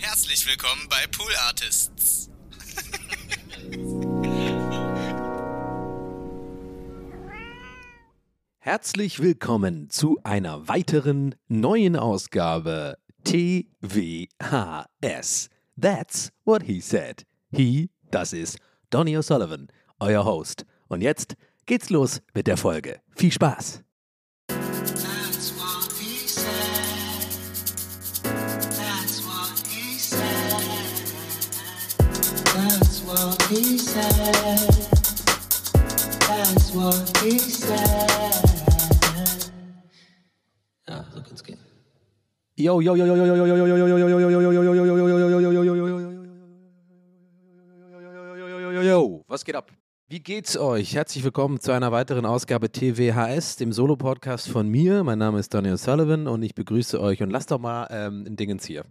Herzlich willkommen bei Pool Artists. Herzlich willkommen zu einer weiteren neuen Ausgabe TWHS. That's what he said. He, das ist Donny O'Sullivan, euer Host. Und jetzt geht's los mit der Folge. Viel Spaß! That's what he said. That's what he said. That's what he said. That's what he said. Ja, so kann's gehen. Yo, yo, yo, yo, yo, yo, yo, yo, yo, yo, yo, yo, yo, yo, yo, was geht ab? Wie geht's euch? Herzlich willkommen zu einer weiteren Ausgabe TWHS, dem Solo-Podcast von mir. Mein Name ist Donny O'Sullivan und ich begrüße euch und lasst doch mal ein Dingens hier.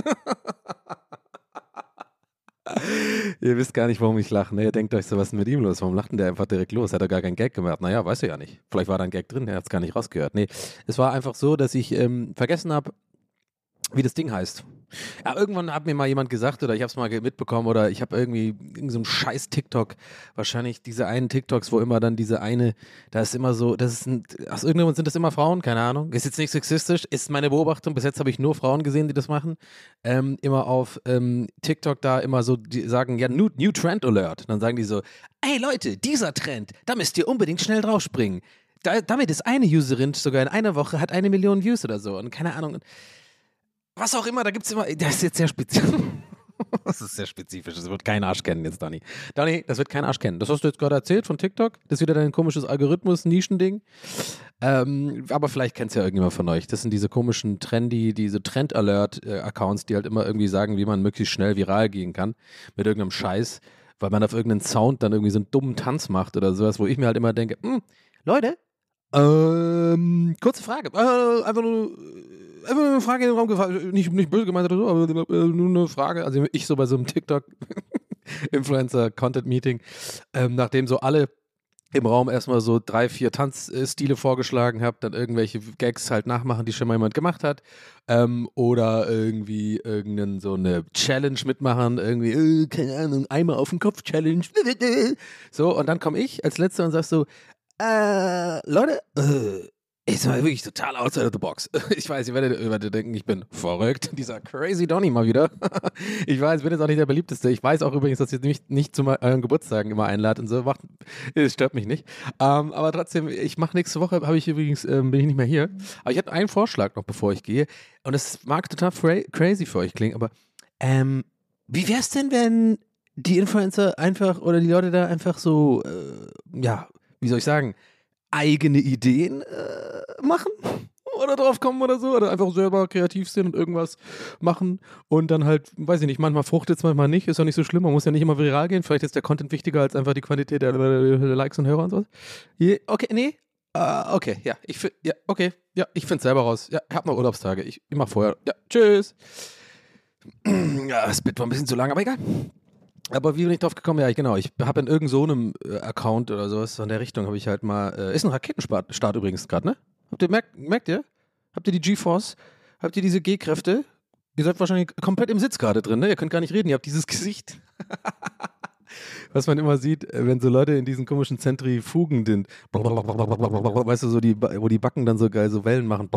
Ihr wisst gar nicht, warum ich lache. Ne? Ihr denkt euch so, was ist denn mit ihm los? Warum lacht denn der einfach direkt los? Hat er gar keinen Gag gemacht? Naja, weißt du ja nicht. Vielleicht war da ein Gag drin, er hat es gar nicht rausgehört. Nee, es war einfach so, dass ich vergessen habe, wie das Ding heißt. Ja, irgendwann hat mir mal jemand gesagt oder ich habe es mal mitbekommen oder ich habe irgendwie so einen scheiß TikTok, wahrscheinlich diese einen TikToks, wo immer dann diese eine, da ist immer so, aus irgendeinem Grund sind das immer Frauen, keine Ahnung, ist jetzt nicht sexistisch, ist meine Beobachtung, bis jetzt habe ich nur Frauen gesehen, die das machen, immer auf TikTok da immer so, die sagen, ja, New Trend Alert, dann sagen die so, ey Leute, dieser Trend, da müsst ihr unbedingt schnell draufspringen. Damit ist eine Userin sogar in einer Woche, hat 1 Million Views oder so und keine Ahnung. Was auch immer, da gibt es immer, das ist jetzt sehr spezifisch. Das ist sehr spezifisch, das wird kein Arsch kennen jetzt, Donny. Donny, das wird kein Arsch kennen. Das hast du jetzt gerade erzählt von TikTok? Das ist wieder dein komisches Algorithmus-Nischending. Aber vielleicht kennt es ja irgendjemand von euch. Das sind diese komischen diese Trend-Alert-Accounts, die halt immer irgendwie sagen, wie man möglichst schnell viral gehen kann mit irgendeinem Scheiß, weil man auf irgendeinen Sound dann irgendwie so einen dummen Tanz macht oder sowas, wo ich mir halt immer denke, Leute, kurze Frage. Einfach nur eine Frage in den Raum gefallen. Nicht böse gemeint oder so, aber nur eine Frage. Also ich so bei so einem TikTok-Influencer-Content-Meeting, nachdem so alle im Raum erstmal so 3, 4 Tanzstile vorgeschlagen habe, dann irgendwelche Gags halt nachmachen, die schon mal jemand gemacht hat. Oder irgendwie irgendeine so eine Challenge mitmachen, irgendwie, keine Ahnung, Eimer auf den Kopf Challenge. So, und dann komme ich als Letzter und sag so, Leute, ist mal wirklich total outside of the box. Ich weiß, ihr werdet denken, ich bin verrückt. Dieser crazy Donny mal wieder. Ich weiß, ich bin jetzt auch nicht der beliebteste. Ich weiß auch übrigens, dass ihr mich nicht zu euren Geburtstagen immer einladet und so. Es stört mich nicht. Aber trotzdem, ich mache nächste Woche, bin ich nicht mehr hier. Aber ich hatte einen Vorschlag noch, bevor ich gehe. Und es mag total crazy für euch klingen, aber wie wär's denn, wenn die Influencer einfach oder die Leute da einfach so, wie soll ich sagen, eigene Ideen machen oder drauf kommen oder so oder einfach selber kreativ sind und irgendwas machen und dann halt, weiß ich nicht, manchmal fruchtet es, manchmal nicht, ist ja nicht so schlimm, man muss ja nicht immer viral gehen, vielleicht ist der Content wichtiger als einfach die Quantität der Likes und Hörer und sowas. Okay, nee, okay, ja, ich finde es selber raus, ja, ich hab noch Urlaubstage, ich mach vorher, ja, tschüss. Ja, das Bit war ein bisschen zu lang, aber egal. Aber wie bin ich drauf gekommen? Ja, genau. Ich habe in irgend so einem Account oder sowas in der Richtung habe ich halt mal. Ist ein Raketenstart übrigens gerade, ne? Merkt ihr? Habt ihr die GeForce? Habt ihr diese G-Kräfte? Ihr seid wahrscheinlich komplett im Sitz gerade drin, ne? Ihr könnt gar nicht reden. Ihr habt dieses Gesicht. Was man immer sieht, wenn so Leute in diesen komischen Zentrifugen sind. Weißt du, so wo die Backen dann so geil so Wellen machen.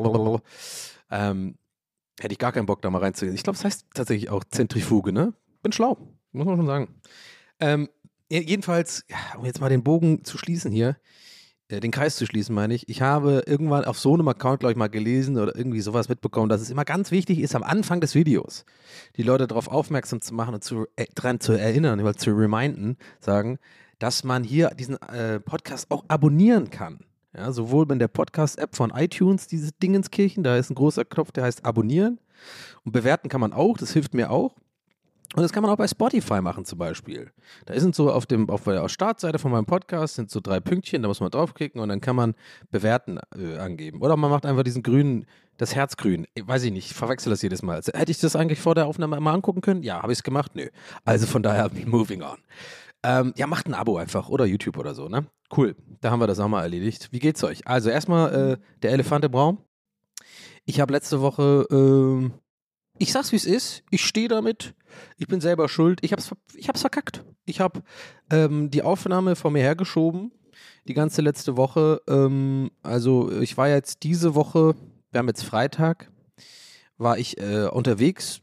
Hätte ich gar keinen Bock, da mal reinzugehen. Ich glaube, es heißt tatsächlich auch Zentrifuge, ne? Bin schlau. Muss man schon sagen. Jedenfalls, ja, um jetzt mal den Bogen zu schließen hier, den Kreis zu schließen, meine ich. Ich habe irgendwann auf so einem Account, glaube ich, mal gelesen oder irgendwie sowas mitbekommen, dass es immer ganz wichtig ist, am Anfang des Videos die Leute darauf aufmerksam zu machen und daran zu erinnern, zu reminden, sagen, dass man hier diesen Podcast auch abonnieren kann. Ja, sowohl in der Podcast-App von iTunes, dieses Dingenskirchen, da ist ein großer Knopf, der heißt Abonnieren. Und bewerten kann man auch, das hilft mir auch. Und das kann man auch bei Spotify machen zum Beispiel. Da sind so auf der Startseite von meinem Podcast sind so 3 Pünktchen, da muss man draufklicken und dann kann man Bewerten angeben. Oder man macht einfach diesen grünen, das Herzgrün. Weiß ich nicht, ich verwechsel das jedes Mal. Also, hätte ich das eigentlich vor der Aufnahme mal angucken können? Ja, habe ich es gemacht? Nö. Also von daher, moving on. Ja, macht ein Abo einfach oder YouTube oder so, ne? Cool, da haben wir das auch mal erledigt. Wie geht's euch? Also erstmal der Elefant im Raum. Ich habe letzte Woche ich sag's wie es ist, ich stehe damit, ich bin selber schuld, ich hab's verkackt. Ich habe die Aufnahme vor mir hergeschoben, die ganze letzte Woche. Also ich war jetzt diese Woche, wir haben jetzt Freitag, war ich unterwegs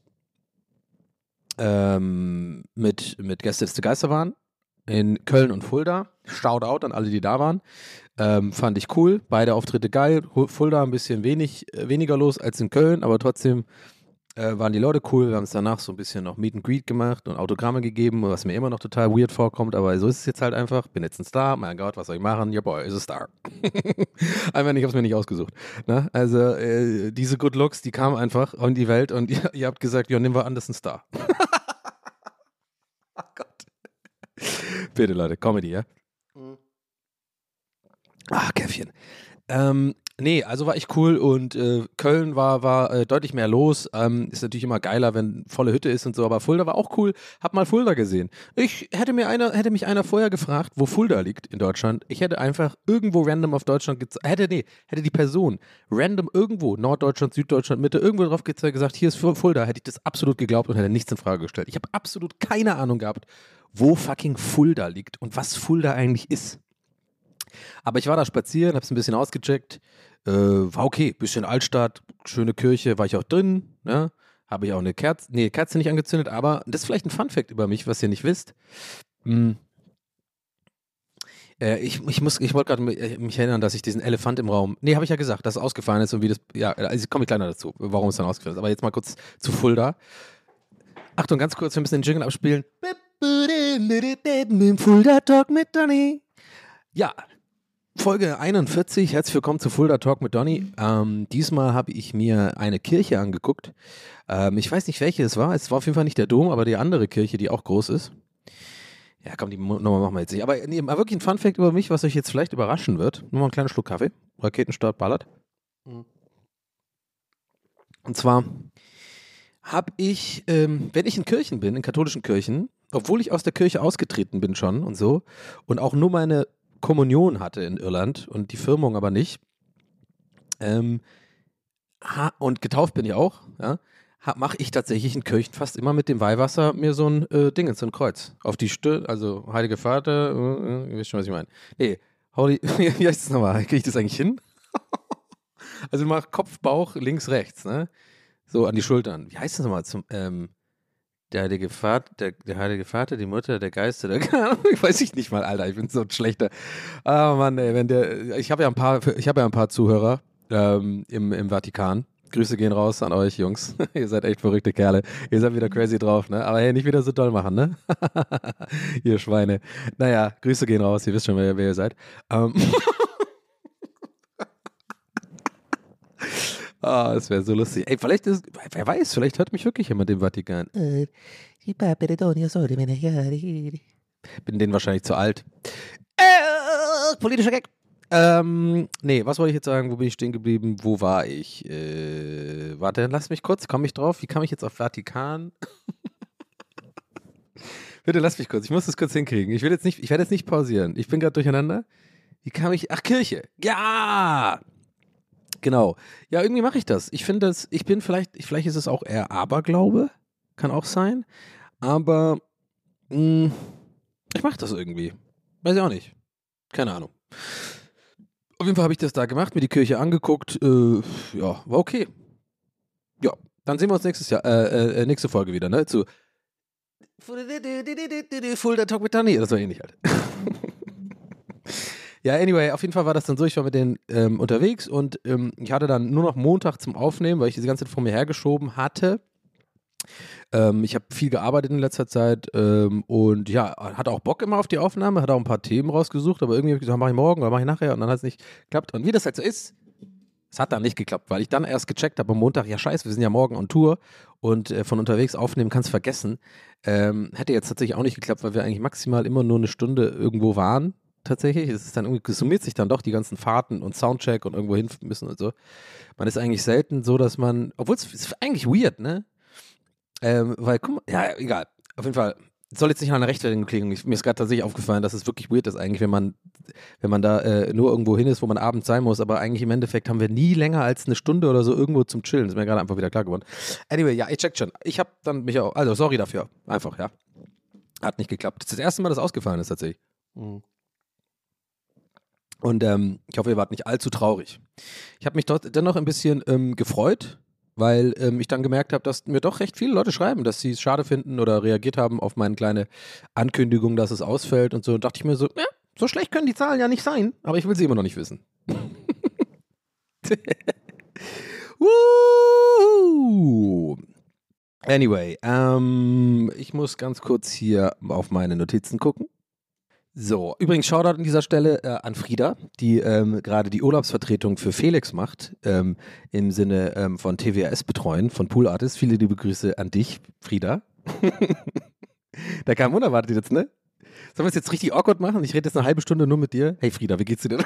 mit Gästeliste Geisterbahn in Köln und Fulda. Shoutout an alle, die da waren. Fand ich cool. Beide Auftritte geil. Fulda ein bisschen weniger los als in Köln, aber trotzdem waren die Leute cool. Wir haben es danach so ein bisschen noch Meet and Greet gemacht und Autogramme gegeben, was mir immer noch total weird vorkommt, aber so ist es jetzt halt einfach. Bin jetzt ein Star. Mein Gott, was soll ich machen? Your boy is a star. Einfach nicht, ich hab's mir nicht ausgesucht. Ne? Also diese Good Looks, die kamen einfach in die Welt und ihr habt gesagt, ja, nehmen wir an, das ist ein Star. Oh Gott. Bitte, Leute, Comedy, ja? Käffchen. Nee, also war echt cool und Köln war deutlich mehr los. Ist natürlich immer geiler, wenn volle Hütte ist und so, aber Fulda war auch cool. Hab mal Fulda gesehen. Hätte mich einer vorher gefragt, wo Fulda liegt in Deutschland. Ich hätte einfach irgendwo random auf Deutschland hätte die Person random irgendwo, Norddeutschland, Süddeutschland, Mitte, irgendwo drauf gesagt, hier ist Fulda, hätte ich das absolut geglaubt und hätte nichts in Frage gestellt. Ich habe absolut keine Ahnung gehabt, wo fucking Fulda liegt und was Fulda eigentlich ist. Aber ich war da spazieren, hab's ein bisschen ausgecheckt, war okay, bisschen Altstadt, schöne Kirche, war ich auch drin, ne? Habe ich auch eine Kerze nicht angezündet, aber das ist vielleicht ein Funfact über mich, was ihr nicht wisst. Ich wollte gerade mich erinnern, dass ich diesen Elefant im Raum, habe ich ja gesagt, dass es ausgefallen ist und wie das, also komme ich gleich noch dazu, warum es dann ausgefallen ist, aber jetzt mal kurz zu Fulda. Achtung, ganz kurz, wir müssen den Jingle abspielen. Fulda Talk mit Donny. Ja, Folge 41, herzlich willkommen zu Fulda Talk mit Donny. Diesmal habe ich mir eine Kirche angeguckt. Ich weiß nicht, welche es war auf jeden Fall nicht der Dom, aber die andere Kirche, die auch groß ist. Ja, komm, die Nummer machen wir jetzt nicht. Aber mal wirklich ein Funfact über mich, was euch jetzt vielleicht überraschen wird. Nur mal einen kleinen Schluck Kaffee. Raketenstart ballert. Und zwar habe ich, wenn ich in Kirchen bin, in katholischen Kirchen, obwohl ich aus der Kirche ausgetreten bin schon und so und auch nur meine Kommunion hatte in Irland und die Firmung aber nicht. Und getauft bin ich auch, ja, mache ich tatsächlich in Kirchen fast immer mit dem Weihwasser mir so ein Ding, so ein Kreuz auf die Stirn, also Heilige Vater, ihr wisst schon, was ich meine. Nee, wie heißt das nochmal? Kriege ich das eigentlich hin? Also du machst Kopf, Bauch, links, rechts, ne? So an die Schultern. Wie heißt das nochmal? Der Heilige Vater, die Mutter, der Geist, der weiß ich nicht mal, Alter, ich bin so ein schlechter. Ah Mann, ey, ich habe ja ein paar Zuhörer im Vatikan. Grüße gehen raus an euch, Jungs. Ihr seid echt verrückte Kerle. Ihr seid wieder crazy drauf, ne? Aber hey, nicht wieder so doll machen, ne? Ihr Schweine. Naja, Grüße gehen raus, ihr wisst schon, wer ihr seid. Das wäre so lustig. Ey, wer weiß, vielleicht hört mich wirklich jemand im Vatikan. Bin denen wahrscheinlich zu alt. Politischer Gag. Nee, was wollte ich jetzt sagen? Wo bin ich stehen geblieben? Wo war ich? Warte, lass mich kurz, komme ich drauf? Wie kam ich jetzt auf Vatikan? Bitte lass mich kurz, ich muss das kurz hinkriegen. Ich werde jetzt nicht pausieren. Ich bin gerade durcheinander. Wie kam ich? Ach, Kirche. Ja! Genau. Ja, irgendwie mache ich das. Ich finde vielleicht ist es auch eher Aberglaube. Kann auch sein. Aber ich mache das irgendwie. Weiß ich auch nicht. Keine Ahnung. Auf jeden Fall habe ich das da gemacht, mir die Kirche angeguckt. Ja, war okay. Ja, dann sehen wir uns nächste Folge wieder, ne? Zu Fulda Talk mit Donny. Das war ähnlich halt. Ja, anyway, auf jeden Fall war das dann so, ich war mit denen unterwegs und ich hatte dann nur noch Montag zum Aufnehmen, weil ich diese ganze Zeit vor mir hergeschoben hatte. Ich habe viel gearbeitet in letzter Zeit und ja, hatte auch Bock immer auf die Aufnahme, hatte auch ein paar Themen rausgesucht, aber irgendwie habe ich gesagt, mache ich morgen oder mache ich nachher und dann hat es nicht geklappt. Und wie das halt so ist, es hat dann nicht geklappt, weil ich dann erst gecheckt habe am Montag, ja scheiße, wir sind ja morgen on Tour und von unterwegs aufnehmen kannst vergessen. Hätte jetzt tatsächlich auch nicht geklappt, weil wir eigentlich maximal immer nur eine Stunde irgendwo waren. Tatsächlich, es ist dann irgendwie, summiert sich dann doch die ganzen Fahrten und Soundcheck und irgendwo hin müssen und so. Man ist eigentlich selten so, dass man, obwohl es ist eigentlich weird, ne? Weil, guck mal, ja, egal. Auf jeden Fall soll jetzt nicht nach einer Rechtfertigung klingen. Mir ist gerade tatsächlich aufgefallen, dass es wirklich weird ist eigentlich, wenn man da nur irgendwo hin ist, wo man abends sein muss, aber eigentlich im Endeffekt haben wir nie länger als eine Stunde oder so irgendwo zum Chillen. Das ist mir gerade einfach wieder klar geworden. Anyway, ja, ich checkt schon. Ich habe dann mich auch, also sorry dafür. Einfach, ja. Hat nicht geklappt. Das ist das erste Mal, dass ausgefallen ist tatsächlich. Und ich hoffe, ihr wart nicht allzu traurig. Ich habe mich dennoch ein bisschen gefreut, weil ich dann gemerkt habe, dass mir doch recht viele Leute schreiben, dass sie es schade finden oder reagiert haben auf meine kleine Ankündigung, dass es ausfällt und so. Und dachte ich mir so, ja, so schlecht können die Zahlen ja nicht sein, aber ich will sie immer noch nicht wissen. Anyway, ich muss ganz kurz hier auf meine Notizen gucken. So, übrigens Shoutout an dieser Stelle an Frieda, die gerade die Urlaubsvertretung für Felix macht, im Sinne von TWRS betreuen, von Pool Artists. Viele liebe Grüße an dich, Frieda. Da kam unerwartet jetzt, ne? Sollen wir es jetzt richtig awkward machen? Ich rede jetzt eine halbe Stunde nur mit dir. Hey Frieda, wie geht's dir denn?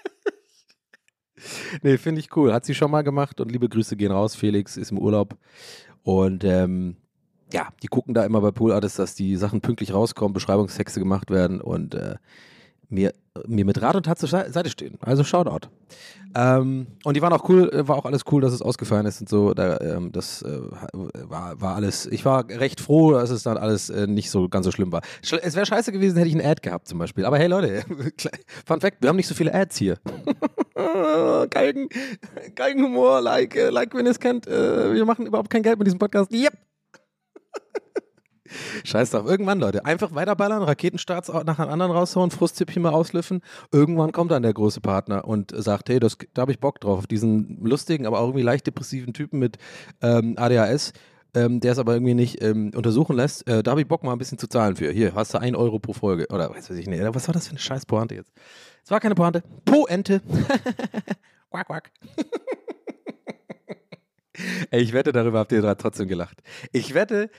Nee, finde ich cool. Hat sie schon mal gemacht und liebe Grüße gehen raus. Felix ist im Urlaub und ja, die gucken da immer bei Pool Artists, dass die Sachen pünktlich rauskommen, Beschreibungstexte gemacht werden und mir mit Rat und Tat zur Seite stehen. Also Shoutout. Und die waren auch cool, war auch alles cool, dass es ausgefallen ist und so. Das war alles, ich war recht froh, dass es dann alles nicht so ganz so schlimm war. Es wäre scheiße gewesen, hätte ich ein Ad gehabt zum Beispiel. Aber hey Leute, Fun Fact, wir haben nicht so viele Ads hier. Galgenhumor, like wenn ihr es kennt. Wir machen überhaupt kein Geld mit diesem Podcast. Yep. Scheiß drauf, irgendwann, Leute. Einfach weiterballern, Raketenstarts nach einem anderen raushauen, Frusttippchen mal auslüften. Irgendwann kommt dann der große Partner und sagt, hey, da habe ich Bock drauf, auf diesen lustigen, aber auch irgendwie leicht depressiven Typen mit ADHS, der es aber irgendwie nicht untersuchen lässt. Da habe ich Bock mal ein bisschen zu zahlen für. Hier, hast du 1 Euro pro Folge. Oder weiß ich nicht. Was war das für eine scheiß Pointe jetzt? Es war keine Pointe. Poente. Quack, quack. Ey, ich wette, darüber habt ihr gerade trotzdem gelacht. Ich wette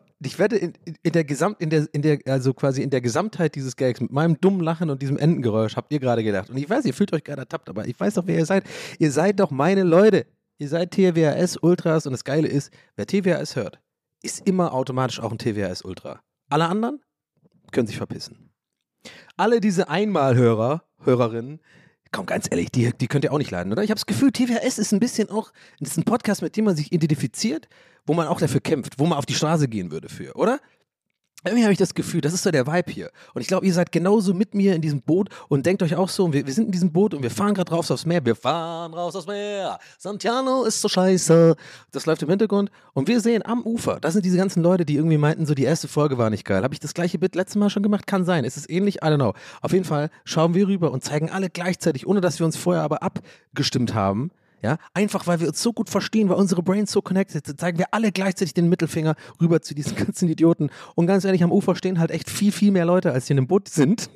also quasi in der Gesamtheit dieses Gags mit meinem dummen Lachen und diesem Endengeräusch habt ihr gerade gedacht. Und ich weiß, ihr fühlt euch gerade ertappt, aber ich weiß doch, wer ihr seid. Ihr seid doch meine Leute. Ihr seid TWRS Ultras und das Geile ist, wer TWRS hört, ist immer automatisch auch ein TWRS Ultra. Alle anderen können sich verpissen. Alle diese Hörerinnen, komm, ganz ehrlich, die könnt ihr auch nicht leiden, oder? Ich habe das Gefühl, TWRS ist ein bisschen auch, das ist ein Podcast, mit dem man sich identifiziert, wo man auch dafür kämpft, wo man auf die Straße gehen würde für, oder? Irgendwie habe ich das Gefühl, das ist so der Vibe hier. Und ich glaube, ihr seid genauso mit mir in diesem Boot und denkt euch auch so, und wir sind in diesem Boot und wir fahren gerade raus aufs Meer. Wir fahren raus aufs Meer. Santiano ist so scheiße. Das läuft im Hintergrund. Und wir sehen am Ufer, das sind diese ganzen Leute, die irgendwie meinten, so die erste Folge war nicht geil. Habe ich das gleiche Bit letztes Mal schon gemacht? Kann sein. Ist es ähnlich? I don't know. Auf jeden Fall schauen wir rüber und zeigen alle gleichzeitig, ohne dass wir uns vorher aber abgestimmt haben. Ja, einfach weil wir uns so gut verstehen, weil unsere Brains so connected sind, zeigen wir alle gleichzeitig den Mittelfinger rüber zu diesen ganzen Idioten. Und ganz ehrlich, am Ufer stehen halt echt viel, viel mehr Leute, als hier in dem Boot sind.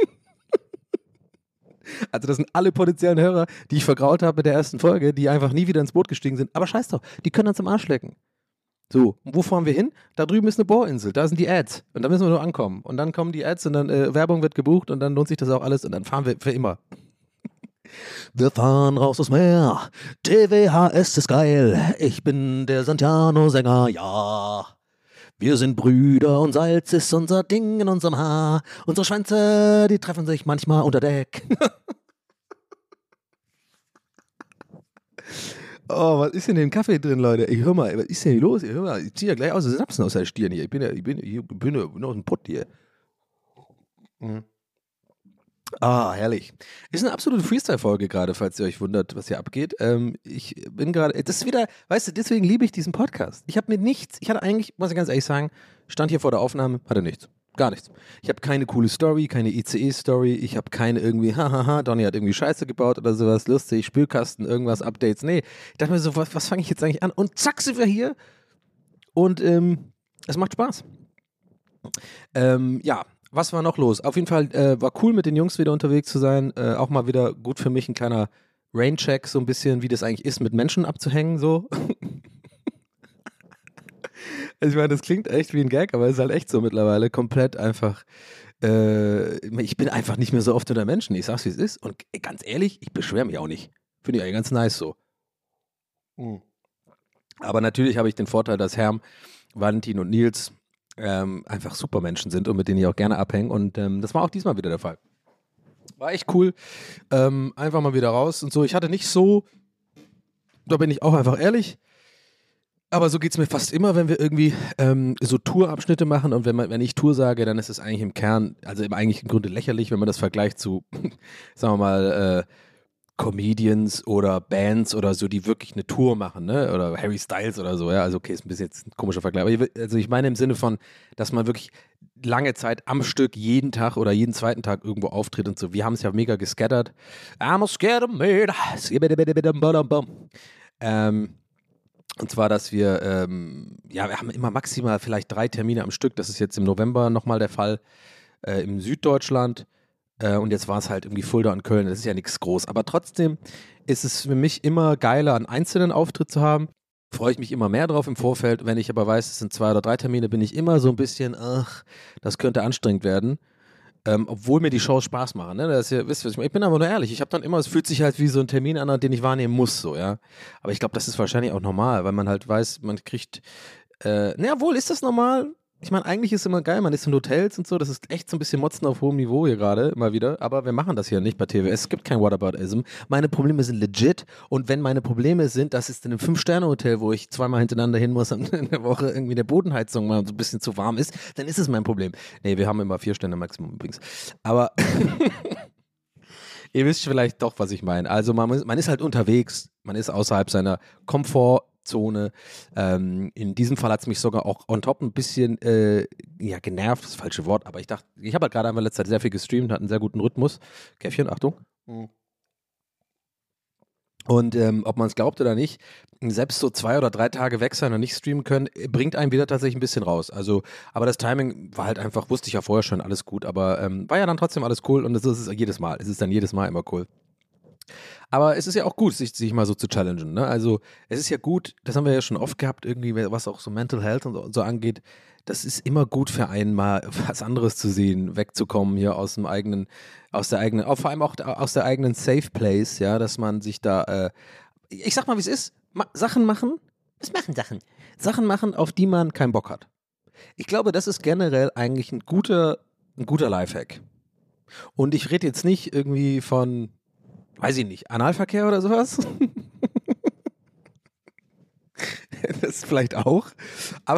Also das sind alle potenziellen Hörer, die ich vergrault habe mit der ersten Folge, die einfach nie wieder ins Boot gestiegen sind. Aber scheiß doch, die können uns am Arsch lecken. So, und wo fahren wir hin? Da drüben ist eine Bohrinsel, da sind die Ads. Und da müssen wir nur ankommen. Und dann kommen die Ads und dann Werbung wird gebucht und dann lohnt sich das auch alles und dann fahren wir für immer. Wir fahren raus aufs Meer, TWHS ist geil, ich bin der Santiano-Sänger, ja. Wir sind Brüder und Salz ist unser Ding in unserem Haar. Unsere Schwänze, die treffen sich manchmal unter Deck. Oh, was ist denn in dem Kaffee drin, Leute? Ich hör mal, was ist denn hier los? Ich hör mal, ich zieh ja gleich aus den Synapsen aus der Stirn hier. Ich bin aus dem Pott hier. Mhm. Ah, herrlich. Ist eine absolute Freestyle-Folge gerade, falls ihr euch wundert, was hier abgeht. Ich bin gerade, das ist wieder, weißt du, deswegen liebe ich diesen Podcast. Ich hatte eigentlich, muss ich ganz ehrlich sagen, stand hier vor der Aufnahme, hatte nichts. Gar nichts. Ich habe keine coole Story, keine ICE-Story, ich habe keine irgendwie, hahaha, Donny hat irgendwie Scheiße gebaut oder sowas, lustig, Spülkasten, irgendwas, Updates. Nee, ich dachte mir so, was fange ich jetzt eigentlich an? Und zack, sind wir hier. Und es macht Spaß. Ja. Was war noch los? Auf jeden Fall war cool, mit den Jungs wieder unterwegs zu sein. Auch mal wieder gut für mich ein kleiner Raincheck, so ein bisschen, wie das eigentlich ist, mit Menschen abzuhängen, so. Also ich meine, das klingt echt wie ein Gag, aber es ist halt echt so mittlerweile. Komplett einfach, ich bin einfach nicht mehr so oft unter Menschen. Ich sag's, wie es ist. Und ganz ehrlich, ich beschwere mich auch nicht. Finde ich eigentlich ganz nice so. Aber natürlich habe ich den Vorteil, dass Herm, Valentin und Nils einfach super Menschen sind und mit denen ich auch gerne abhänge. Und das war auch diesmal wieder der Fall. War echt cool. Einfach mal wieder raus und so. Ich hatte nicht so, da bin ich auch einfach ehrlich, aber so geht es mir fast immer, wenn wir irgendwie so Tourabschnitte machen. Und wenn ich Tour sage, dann ist es eigentlich im Kern, also eigentlich im Grunde lächerlich, wenn man das vergleicht zu, sagen wir mal, Comedians oder Bands oder so, die wirklich eine Tour machen, ne? Oder Harry Styles oder so, ja. Also okay, ist ein bisschen jetzt ein komischer Vergleich. Aber ich meine im Sinne von, dass man wirklich lange Zeit am Stück jeden Tag oder jeden zweiten Tag irgendwo auftritt und so. Wir haben es ja mega gescattert. I'm a scatter made. Und zwar, dass wir haben immer maximal vielleicht 3 Termine am Stück. Das ist jetzt im November nochmal der Fall im Süddeutschland. Und jetzt war es halt irgendwie Fulda und Köln. Das ist ja nichts groß. Aber trotzdem ist es für mich immer geiler, einen einzelnen Auftritt zu haben. Freue ich mich immer mehr drauf im Vorfeld. Wenn ich aber weiß, es sind 2 oder 3 Termine, bin ich immer so ein bisschen, das könnte anstrengend werden. Obwohl mir die Shows Spaß machen. Ne? Das ist ja, wisst ihr, was ich meine? Ich bin aber nur ehrlich. Ich habe dann immer, es fühlt sich halt wie so ein Termin an, den ich wahrnehmen muss. So, ja. Aber ich glaube, das ist wahrscheinlich auch normal, weil man halt weiß, man kriegt. Wohl ist das normal? Ich meine, eigentlich ist es immer geil, man ist in Hotels und so, das ist echt so ein bisschen Motzen auf hohem Niveau hier gerade, immer wieder, aber wir machen das hier nicht bei TWS, es gibt kein Whataboutism. Meine Probleme sind legit und wenn meine Probleme sind, das ist in einem 5-Sterne-Hotel, wo ich 2-mal hintereinander hin muss und in der Woche irgendwie der Bodenheizung mal so ein bisschen zu warm ist, dann ist es mein Problem. Nee, wir haben immer 4 Sterne Maximum übrigens. Aber ihr wisst vielleicht doch, was ich meine. Also man ist halt unterwegs, man ist außerhalb seiner Komfortzone. In diesem Fall hat es mich sogar auch on top ein bisschen genervt, das falsche Wort, aber ich dachte, ich habe halt gerade einfach letzte Zeit sehr viel gestreamt, hatte einen sehr guten Rhythmus. Käffchen, Achtung. Und ob man es glaubt oder nicht, selbst so 2 oder 3 Tage weg sein und nicht streamen können, bringt einen wieder tatsächlich ein bisschen raus. Also, aber das Timing war halt einfach, wusste ich ja vorher schon, alles gut, aber war ja dann trotzdem alles cool und das ist es jedes Mal. Es ist dann jedes Mal immer cool. Aber es ist ja auch gut, sich mal so zu challengen. Ne? Also es ist ja gut, das haben wir ja schon oft gehabt, irgendwie, was auch so Mental Health und so angeht. Das ist immer gut für einen, mal was anderes zu sehen, wegzukommen hier aus dem eigenen, auch vor allem auch aus der eigenen Safe Place, ja, dass man sich da, ich sag mal, wie es ist, Sachen machen. Was machen Sachen? Sachen machen, auf die man keinen Bock hat. Ich glaube, das ist generell eigentlich ein guter Lifehack. Und ich rede jetzt nicht irgendwie von, weiß ich nicht, Analverkehr oder sowas. Das vielleicht auch. Aber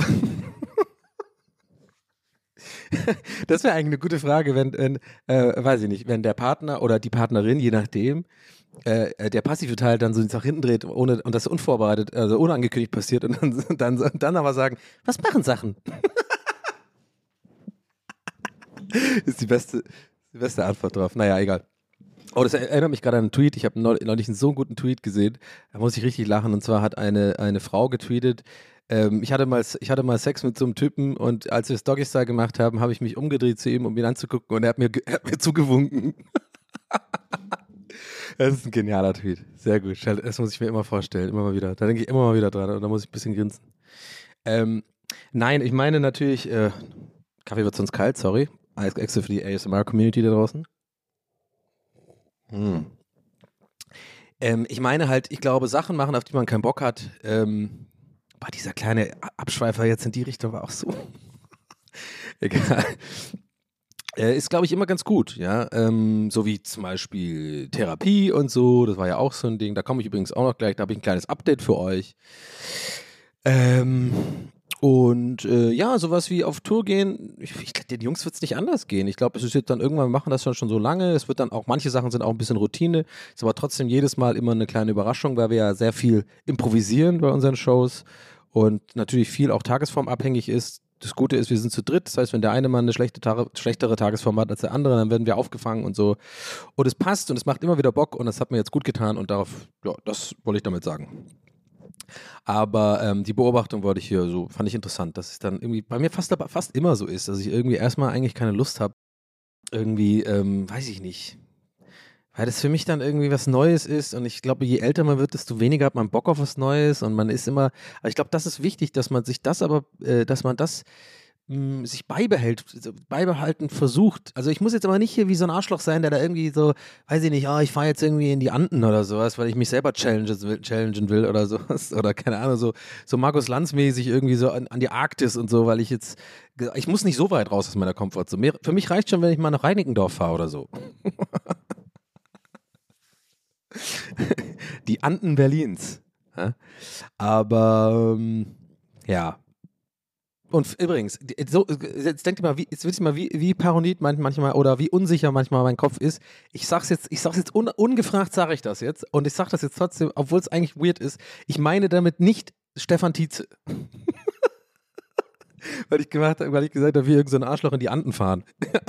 das wäre eigentlich eine gute Frage, wenn weiß ich nicht, wenn der Partner oder die Partnerin, je nachdem, der passive Teil dann so nach hinten dreht, und das unvorbereitet, also unangekündigt passiert und dann aber sagen, was machen Sachen? Ist die beste Antwort drauf. Naja, egal. Oh, das erinnert mich gerade an einen Tweet. Ich habe neulich einen so guten Tweet gesehen. Da muss ich richtig lachen. Und zwar hat eine Frau getweetet, ich hatte mal Sex mit so einem Typen und als wir das Doggy-Style gemacht haben, habe ich mich umgedreht zu ihm, um ihn anzugucken und er hat mir zugewunken. Das ist ein genialer Tweet. Sehr gut. Das muss ich mir immer vorstellen. Immer mal wieder. Da denke ich immer mal wieder dran und da muss ich ein bisschen grinsen. Nein, ich meine natürlich, Kaffee wird sonst kalt, sorry. Extra für die ASMR-Community da draußen. Ich meine halt, ich glaube, Sachen machen, auf die man keinen Bock hat. Dieser kleine Abschweifer jetzt in die Richtung war auch so. Egal. Ist, glaube ich, immer ganz gut, ja. So wie zum Beispiel Therapie und so, das war ja auch so ein Ding. Da komme ich übrigens auch noch gleich, da habe ich ein kleines Update für euch. Sowas wie auf Tour gehen, ich glaube, den Jungs wird es nicht anders gehen. Ich glaube, es ist jetzt dann irgendwann, wir machen das schon so lange, es wird dann auch, manche Sachen sind auch ein bisschen Routine, ist aber trotzdem jedes Mal immer eine kleine Überraschung, weil wir ja sehr viel improvisieren bei unseren Shows und natürlich viel auch tagesformabhängig ist. Das Gute ist, wir sind zu dritt, das heißt, wenn der eine Mann eine schlechtere Tagesform hat als der andere, dann werden wir aufgefangen und so. Und es passt und es macht immer wieder Bock und das hat mir jetzt gut getan und darauf, ja, das wollte ich damit sagen. Aber die Beobachtung wollte ich hier so, fand ich interessant, dass es dann irgendwie bei mir fast immer so ist, dass ich irgendwie erstmal eigentlich keine Lust habe, irgendwie, weiß ich nicht, weil das für mich dann irgendwie was Neues ist und ich glaube, je älter man wird, desto weniger hat man Bock auf was Neues und man ist immer, aber ich glaube, das ist wichtig, dass man sich das sich beibehalten versucht. Also ich muss jetzt aber nicht hier wie so ein Arschloch sein, der da irgendwie so, weiß ich nicht, ich fahre jetzt irgendwie in die Anden oder sowas, weil ich mich selber challengen will oder sowas. Oder keine Ahnung, so Markus Lanz-mäßig irgendwie so an die Arktis und so, weil ich muss nicht so weit raus aus meiner Komfortzone. Für mich reicht schon, wenn ich mal nach Reinickendorf fahre oder so. Die Anden Berlins. Ja? Aber ja. Und übrigens, jetzt denkt ihr mal, jetzt wisst ihr mal, wie paranoid manchmal oder wie unsicher manchmal mein Kopf ist. Ich sag's jetzt ungefragt sage ich das jetzt und ich sag das jetzt trotzdem, obwohl es eigentlich weird ist. Ich meine damit nicht Stefan Tietze. weil ich gesagt habe, wie irgend so ein Arschloch in die Anden fahren.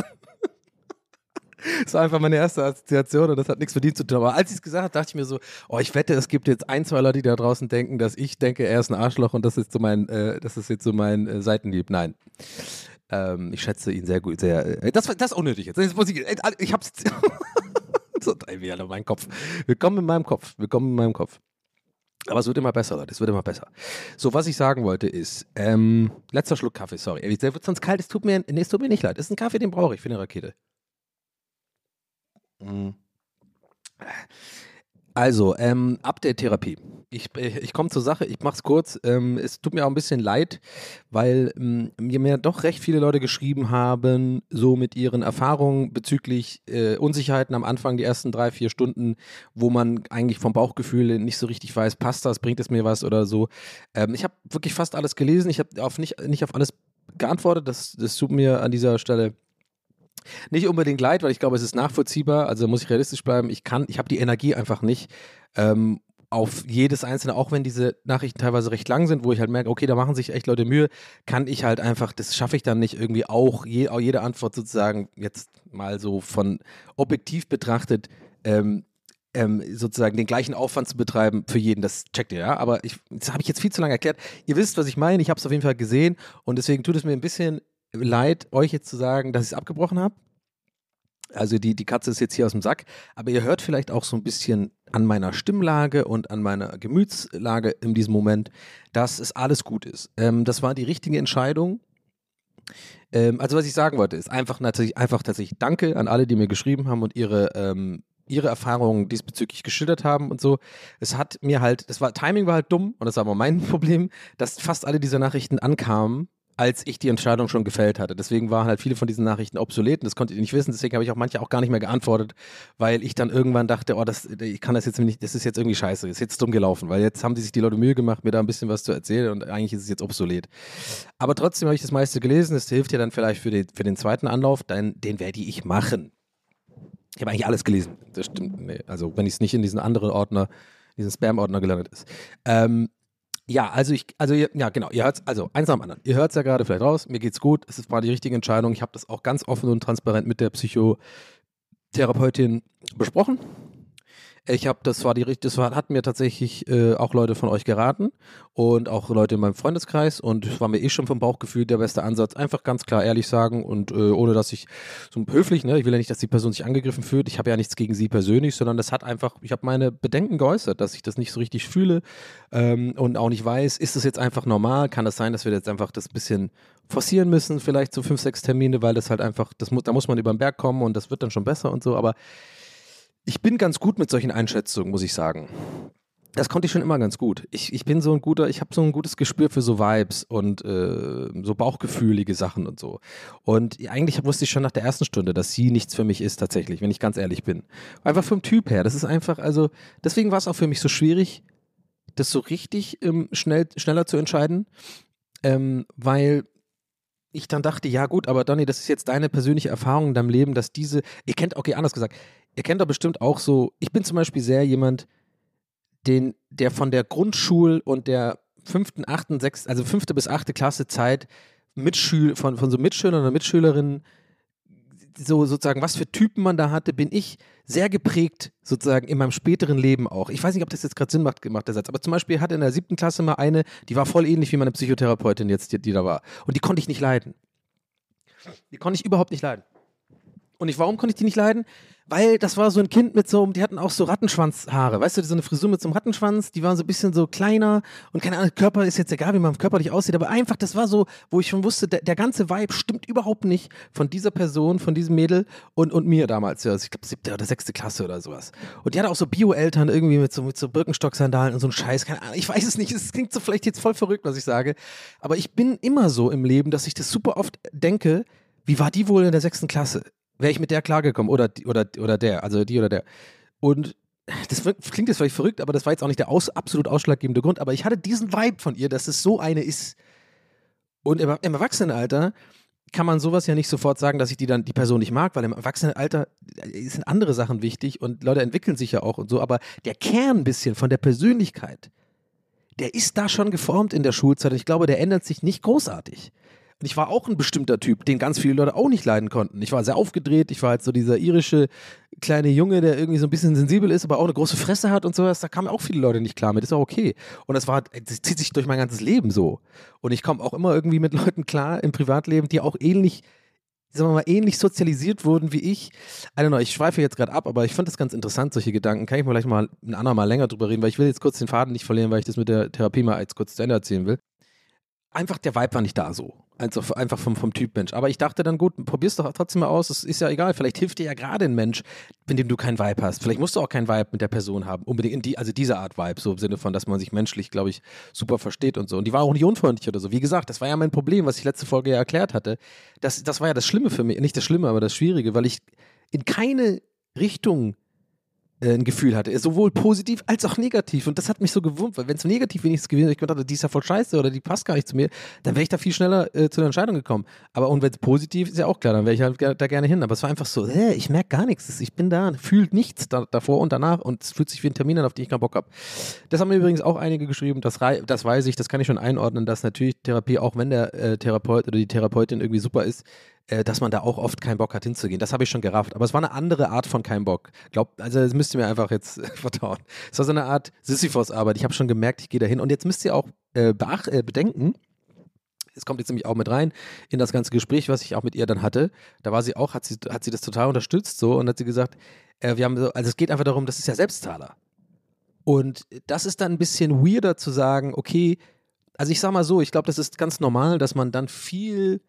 Das war einfach meine erste Assoziation und das hat nichts mit ihm zu tun. Aber als ich es gesagt habe, dachte ich mir so, ich wette, es gibt jetzt 1, 2 Leute, die da draußen denken, dass ich denke, er ist ein Arschloch und das ist jetzt so mein Seitenhieb. Nein. Ich schätze ihn sehr gut, das ist unnötig jetzt. Ich hab's jetzt. So wieder in meinem Kopf. Willkommen in meinem Kopf. Aber es wird immer besser, Leute. Es wird immer besser. So, was ich sagen wollte ist, letzter Schluck Kaffee, sorry. Der wird sonst kalt, es tut mir nicht leid. Das ist ein Kaffee, den brauche ich für eine Rakete. Also, Update-Therapie. Ich komme zur Sache, ich mach's kurz. Es tut mir auch ein bisschen leid, weil mir doch recht viele Leute geschrieben haben, so mit ihren Erfahrungen bezüglich Unsicherheiten am Anfang, die ersten 3, 4 Stunden, wo man eigentlich vom Bauchgefühl nicht so richtig weiß, passt das, bringt es mir was oder so. Ich habe wirklich fast alles gelesen, ich habe nicht auf alles geantwortet, das tut mir an dieser Stelle nicht unbedingt leid, weil ich glaube, es ist nachvollziehbar, also muss ich realistisch bleiben. Ich habe die Energie einfach nicht auf jedes einzelne, auch wenn diese Nachrichten teilweise recht lang sind, wo ich halt merke, okay, da machen sich echt Leute Mühe, kann ich halt einfach, das schaffe ich dann nicht irgendwie auch jede Antwort sozusagen jetzt mal so von objektiv betrachtet sozusagen den gleichen Aufwand zu betreiben für jeden, das checkt ihr, ja, aber das habe ich jetzt viel zu lange erklärt. Ihr wisst, was ich meine, ich habe es auf jeden Fall gesehen und deswegen tut es mir ein bisschen leid, euch jetzt zu sagen, dass ich es abgebrochen habe. Also die Katze ist jetzt hier aus dem Sack, aber ihr hört vielleicht auch so ein bisschen an meiner Stimmlage und an meiner Gemütslage in diesem Moment, dass es alles gut ist. Das war die richtige Entscheidung. Also was ich sagen wollte, ist einfach tatsächlich Danke an alle, die mir geschrieben haben und ihre Erfahrungen diesbezüglich geschildert haben und so. Timing war halt dumm und das war aber mein Problem, dass fast alle diese Nachrichten ankamen, als ich die Entscheidung schon gefällt hatte. Deswegen waren halt viele von diesen Nachrichten obsolet und das konntet ihr nicht wissen. Deswegen habe ich auch manche auch gar nicht mehr geantwortet, weil ich dann irgendwann dachte, ich kann das jetzt nicht, das ist jetzt irgendwie scheiße, ist jetzt dumm gelaufen, weil jetzt haben sich die Leute Mühe gemacht, mir da ein bisschen was zu erzählen und eigentlich ist es jetzt obsolet. Aber trotzdem habe ich das meiste gelesen. Das hilft ja dann vielleicht für den zweiten Anlauf, den werde ich machen. Ich habe eigentlich alles gelesen. Das stimmt. Nee, also wenn es nicht in diesen anderen Ordner, diesen Spam-Ordner gelandet ist. Ja, genau, ihr hört's, also eins nach dem anderen. Ihr hört es ja gerade vielleicht raus, mir geht's gut, es war die richtige Entscheidung. Ich habe das auch ganz offen und transparent mit der Psychotherapeutin besprochen. Hatten mir tatsächlich auch Leute von euch geraten und auch Leute in meinem Freundeskreis und es war mir schon vom Bauchgefühl der beste Ansatz. Einfach ganz klar ehrlich sagen und ohne dass ich so höflich, ne, ich will ja nicht, dass die Person sich angegriffen fühlt. Ich habe ja nichts gegen sie persönlich, sondern ich habe meine Bedenken geäußert, dass ich das nicht so richtig fühle und auch nicht weiß, ist das jetzt einfach normal? Kann das sein, dass wir jetzt einfach das bisschen forcieren müssen, vielleicht so 5, 6 Termine, weil das halt einfach, da muss man über den Berg kommen und das wird dann schon besser und so, aber ich bin ganz gut mit solchen Einschätzungen, muss ich sagen. Das konnte ich schon immer ganz gut. Ich habe so ein gutes Gespür für so Vibes und so bauchgefühlige Sachen und so. Und eigentlich wusste ich schon nach der ersten Stunde, dass sie nichts für mich ist tatsächlich, wenn ich ganz ehrlich bin. Einfach vom Typ her. Das ist einfach, also deswegen war es auch für mich so schwierig, das so richtig schneller zu entscheiden, weil ich dann dachte, ja gut, aber Donny, das ist jetzt deine persönliche Erfahrung in deinem Leben, dass ihr kennt doch bestimmt auch so, ich bin zum Beispiel sehr jemand, der von der Grundschul- und der 5., 8., 6., also 5. bis 8. Klasse Zeit von so Mitschülern oder Mitschülerinnen, so sozusagen, was für Typen man da hatte, bin ich sehr geprägt sozusagen in meinem späteren Leben auch. Ich weiß nicht, ob das jetzt gerade Sinn macht, der Satz, aber zum Beispiel hatte in der 7. Klasse mal eine, die war voll ähnlich wie meine Psychotherapeutin jetzt, die da war. Und die konnte ich nicht leiden. Die konnte ich überhaupt nicht leiden. Warum konnte ich die nicht leiden? Weil das war so ein Kind mit so, die hatten auch so Rattenschwanzhaare, weißt du, so eine Frisur mit so einem Rattenschwanz, die waren so ein bisschen so kleiner und keine Ahnung, Körper ist jetzt egal, wie man körperlich aussieht, aber einfach, das war so, wo ich schon wusste, der ganze Vibe stimmt überhaupt nicht von dieser Person, von diesem Mädel und mir damals, ja, also ich glaube 7. oder 6. Klasse oder sowas. Und die hatte auch so Bio-Eltern irgendwie mit so Birkenstock-Sandalen und so ein Scheiß, keine Ahnung, ich weiß es nicht, es klingt so vielleicht jetzt voll verrückt, was ich sage, aber ich bin immer so im Leben, dass ich das super oft denke, wie war die wohl in der 6. Klasse? Wäre ich mit der klargekommen oder der, also die oder der. Und das klingt jetzt vielleicht verrückt, aber das war jetzt auch nicht der absolut ausschlaggebende Grund, aber ich hatte diesen Vibe von ihr, dass es so eine ist. Und im Erwachsenenalter kann man sowas ja nicht sofort sagen, dass ich die Person nicht mag, weil im Erwachsenenalter sind andere Sachen wichtig und Leute entwickeln sich ja auch und so, aber der Kern ein bisschen von der Persönlichkeit, der ist da schon geformt in der Schulzeit und ich glaube, der ändert sich nicht großartig. Und ich war auch ein bestimmter Typ, den ganz viele Leute auch nicht leiden konnten. Ich war sehr aufgedreht, ich war halt so dieser irische kleine Junge, der irgendwie so ein bisschen sensibel ist, aber auch eine große Fresse hat und sowas. Da kamen auch viele Leute nicht klar mit, ist auch okay. Und das zieht sich durch mein ganzes Leben so. Und ich komme auch immer irgendwie mit Leuten klar im Privatleben, die auch ähnlich, sagen wir mal, ähnlich sozialisiert wurden wie ich. I don't know, ich schweife jetzt gerade ab, aber ich fand das ganz interessant, solche Gedanken. Kann ich vielleicht mal ein andermal länger drüber reden, weil ich will jetzt kurz den Faden nicht verlieren, weil ich das mit der Therapie mal jetzt kurz zu Ende erzählen will. Einfach der Vibe war nicht da so. Also einfach vom Typ Mensch. Aber ich dachte dann, gut, probier's doch trotzdem mal aus. Es ist ja egal. Vielleicht hilft dir ja gerade ein Mensch, mit dem du keinen Vibe hast. Vielleicht musst du auch keinen Vibe mit der Person haben. Unbedingt also diese Art Vibe, so im Sinne von, dass man sich menschlich, glaube ich, super versteht und so. Und die war auch nicht unfreundlich oder so. Wie gesagt, das war ja mein Problem, was ich letzte Folge ja erklärt hatte. Das war ja das Schlimme für mich. Nicht das Schlimme, aber das Schwierige, weil ich in keine Richtung ein Gefühl hatte, sowohl positiv als auch negativ. Und das hat mich so gewurmt, weil wenn es negativ wenigstens gewesen wäre, ich dachte, die ist ja voll scheiße oder die passt gar nicht zu mir, dann wäre ich da viel schneller zu einer Entscheidung gekommen. Aber und wenn es positiv ist, ja auch klar, dann wäre ich halt da gerne hin. Aber es war einfach so, ich merke gar nichts. Ich bin da, fühlt nichts davor und danach und es fühlt sich wie ein Termin an, auf den ich keinen Bock habe. Das haben mir übrigens auch einige geschrieben, das weiß ich, das kann ich schon einordnen, dass natürlich Therapie, auch wenn der Therapeut oder die Therapeutin irgendwie super ist, dass man da auch oft keinen Bock hat hinzugehen. Das habe ich schon gerafft. Aber es war eine andere Art von keinen Bock. Also das müsst ihr mir einfach jetzt vertrauen. Es war so eine Art Sisyphos-Arbeit. Ich habe schon gemerkt, ich gehe da hin. Und jetzt müsst ihr auch bedenken, es kommt jetzt nämlich auch mit rein in das ganze Gespräch, was ich auch mit ihr dann hatte. Da war sie auch, hat sie das total unterstützt so und hat sie gesagt, also es geht einfach darum, das ist ja Selbstzahler. Und das ist dann ein bisschen weirder zu sagen, okay, also ich sag mal so, ich glaube, das ist ganz normal, dass man dann viel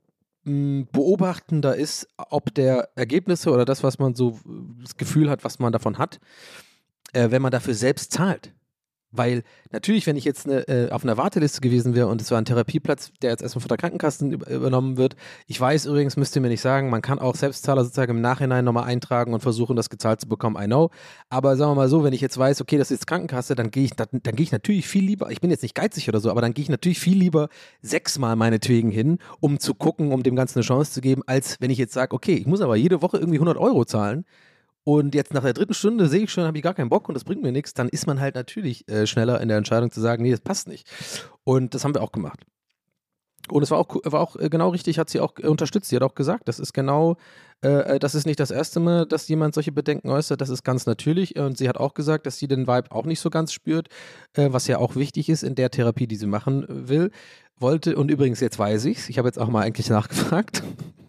beobachtender ist, ob der Ergebnisse oder das, was man so das Gefühl hat, was man davon hat, wenn man dafür selbst zahlt. Weil natürlich, wenn ich jetzt auf einer Warteliste gewesen wäre und es war ein Therapieplatz, der jetzt erstmal von der Krankenkasse übernommen wird, ich weiß übrigens, müsst ihr mir nicht sagen, man kann auch Selbstzahler sozusagen im Nachhinein nochmal eintragen und versuchen, das gezahlt zu bekommen, I know. Aber sagen wir mal so, wenn ich jetzt weiß, okay, das ist Krankenkasse, dann gehe ich natürlich viel lieber, ich bin jetzt nicht geizig oder so, aber dann gehe ich natürlich viel lieber 6-mal meinetwegen hin, um zu gucken, um dem Ganzen eine Chance zu geben, als wenn ich jetzt sage, okay, ich muss aber jede Woche irgendwie 100 Euro zahlen. Und jetzt nach der 3. Stunde sehe ich schon, habe ich gar keinen Bock und das bringt mir nichts, dann ist man halt natürlich schneller in der Entscheidung zu sagen, nee, das passt nicht. Und das haben wir auch gemacht. Und es war auch genau richtig, hat sie auch unterstützt. Sie hat auch gesagt, das ist genau, das ist nicht das erste Mal, dass jemand solche Bedenken äußert, das ist ganz natürlich. Und sie hat auch gesagt, dass sie den Vibe auch nicht so ganz spürt, was ja auch wichtig ist in der Therapie, die sie machen wollte. Und übrigens, jetzt weiß ich's, ich habe jetzt auch mal eigentlich nachgefragt.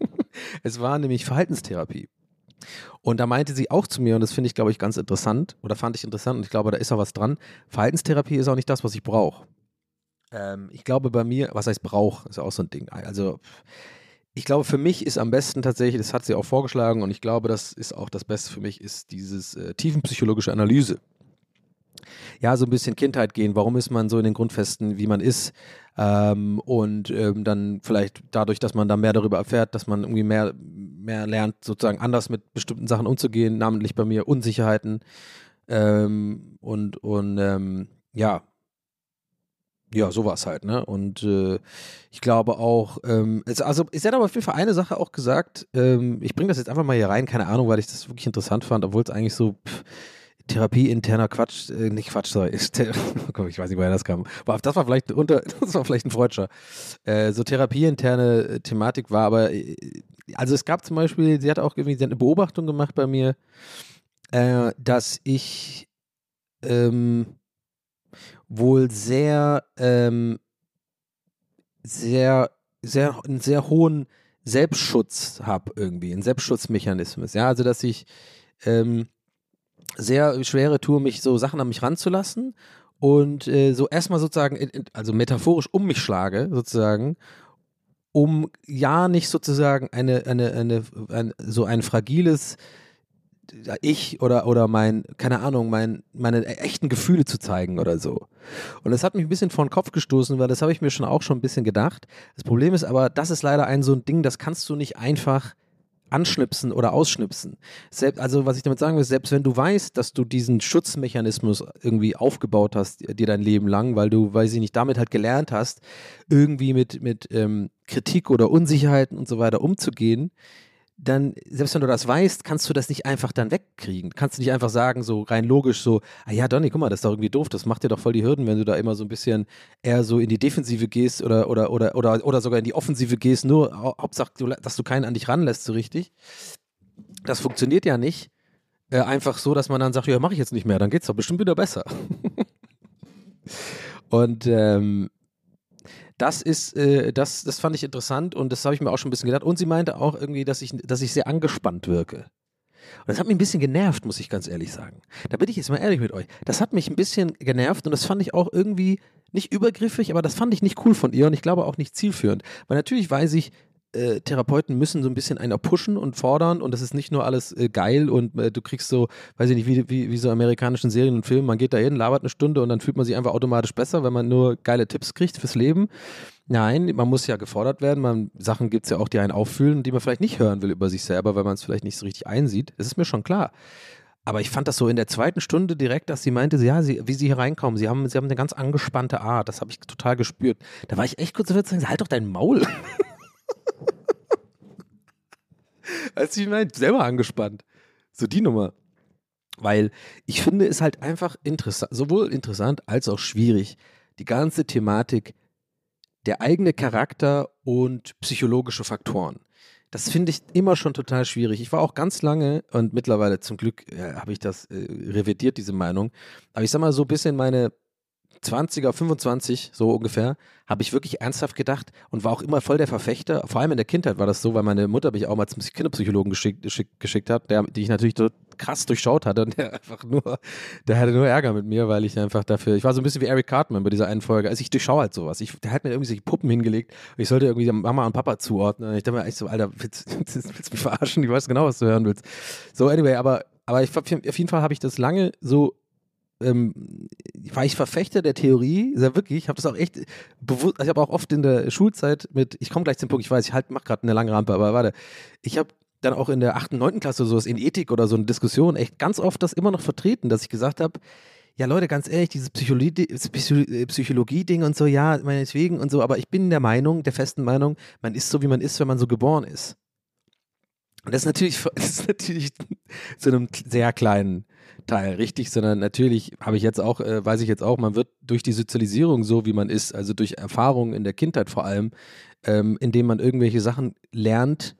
Es war nämlich Verhaltenstherapie. Und da meinte sie auch zu mir, und das finde ich, glaube ich, ganz interessant, oder fand ich interessant, und ich glaube, da ist auch was dran, Verhaltenstherapie ist auch nicht das, was ich brauche. Ich glaube bei mir, was heißt brauch, ist ja auch so ein Ding. Also ich glaube, für mich ist am besten tatsächlich, das hat sie auch vorgeschlagen, und ich glaube, das ist auch das Beste für mich, ist dieses tiefenpsychologische Analyse. Ja, so ein bisschen Kindheit gehen, warum ist man so in den Grundfesten, wie man ist, und dann vielleicht dadurch, dass man da mehr darüber erfährt, dass man irgendwie mehr lernt, sozusagen anders mit bestimmten Sachen umzugehen, namentlich bei mir Unsicherheiten ja, sowas halt, ne? Und ich glaube auch, also sie hat aber auf jeden Fall eine Sache auch gesagt, ich bringe das jetzt einfach mal hier rein, keine Ahnung, weil ich das wirklich interessant fand, obwohl es eigentlich so Therapie-interner Quatsch, nicht Quatsch, sorry, ich weiß nicht, woher das kam. Aber das war vielleicht ein Freudscher. So Therapie-interne Thematik war, aber also es gab zum Beispiel, sie hat eine Beobachtung gemacht bei mir, dass ich wohl einen sehr hohen Selbstschutz habe irgendwie, einen Selbstschutzmechanismus. Ja, also dass ich sehr schwere tue, mich so Sachen an mich ranzulassen und so erstmal sozusagen, also metaphorisch um mich schlage, sozusagen, um ja nicht sozusagen so ein fragiles Ich oder keine Ahnung, meine echten Gefühle zu zeigen oder so. Und das hat mich ein bisschen vor den Kopf gestoßen, weil das habe ich mir auch schon ein bisschen gedacht. Das Problem ist aber, das ist leider so ein Ding, das kannst du nicht einfach anschnipsen oder ausschnipsen. Also was ich damit sagen will, selbst wenn du weißt, dass du diesen Schutzmechanismus irgendwie aufgebaut hast, dir dein Leben lang, weil du, weiß ich nicht, damit halt gelernt hast, irgendwie mit Kritik oder Unsicherheiten und so weiter umzugehen, dann, selbst wenn du das weißt, kannst du das nicht einfach dann wegkriegen. Kannst du nicht einfach sagen, so rein logisch so, ah ja, Donny, guck mal, das ist doch irgendwie doof, das macht dir doch voll die Hürden, wenn du da immer so ein bisschen eher so in die Defensive gehst oder sogar in die Offensive gehst, nur Hauptsache, dass du keinen an dich ranlässt so richtig. Das funktioniert ja nicht. Einfach so, dass man dann sagt, ja, mach ich jetzt nicht mehr, dann geht's doch bestimmt wieder besser. Und das fand ich interessant und das habe ich mir auch schon ein bisschen gedacht. Und sie meinte auch irgendwie, dass ich sehr angespannt wirke. Und das hat mich ein bisschen genervt, muss ich ganz ehrlich sagen. Da bin ich jetzt mal ehrlich mit euch. Das hat mich ein bisschen genervt und das fand ich auch irgendwie nicht übergriffig, aber das fand ich nicht cool von ihr und ich glaube auch nicht zielführend. Weil natürlich weiß ich, Therapeuten müssen so ein bisschen einer pushen und fordern und das ist nicht nur alles geil und du kriegst so, weiß ich nicht, wie so amerikanischen Serien und Filmen, man geht da hin, labert eine Stunde und dann fühlt man sich einfach automatisch besser, wenn man nur geile Tipps kriegt fürs Leben. Nein, man muss ja gefordert werden, Sachen gibt es ja auch, die einen auffühlen, die man vielleicht nicht hören will über sich selber, weil man es vielleicht nicht so richtig einsieht. Das ist mir schon klar. Aber ich fand das so in der zweiten Stunde direkt, dass sie meinte, wie sie hier reinkommen, sie haben eine ganz angespannte Art, das habe ich total gespürt. Da war ich echt kurz davor zu sagen, halt doch dein Maul. Also ich meine, selber angespannt. So die Nummer. Weil ich finde es halt einfach interessant, sowohl interessant als auch schwierig, die ganze Thematik, der eigene Charakter und psychologische Faktoren. Das finde ich immer schon total schwierig. Ich war auch ganz lange und mittlerweile zum Glück habe ich das revidiert, diese Meinung. Aber ich sag mal so ein bisschen meine 20er, 25, so ungefähr, habe ich wirklich ernsthaft gedacht und war auch immer voll der Verfechter. Vor allem in der Kindheit war das so, weil meine Mutter mich auch mal zum Kinderpsychologen geschickt hat, die ich natürlich so krass durchschaut hatte und der hatte nur Ärger mit mir, weil ich einfach dafür, ich war so ein bisschen wie Eric Cartman bei dieser einen Folge, also ich durchschaue halt sowas. Der hat mir irgendwie solche Puppen hingelegt und ich sollte irgendwie Mama und Papa zuordnen und ich dachte mir echt so, Alter, willst du mich verarschen? Ich weiß genau, was du hören willst. So, anyway, aber auf jeden Fall habe ich das lange so war ich Verfechter der Theorie, ja wirklich, ich habe das auch echt bewusst, ich habe auch oft in der Schulzeit ich komme gleich zum Punkt, ich weiß, ich mache gerade eine lange Rampe, aber warte, ich habe dann auch in der 8., 9. Klasse sowas in Ethik oder so eine Diskussion echt ganz oft das immer noch vertreten, dass ich gesagt habe, ja Leute, ganz ehrlich, dieses Psychologie-Ding und so, ja, meinetwegen und so, aber ich bin der festen Meinung, man ist so, wie man ist, wenn man so geboren ist. Und das ist natürlich zu einem sehr kleinen Teil richtig, sondern natürlich weiß ich jetzt auch, man wird durch die Sozialisierung so, wie man ist, also durch Erfahrungen in der Kindheit vor allem, indem man irgendwelche Sachen lernt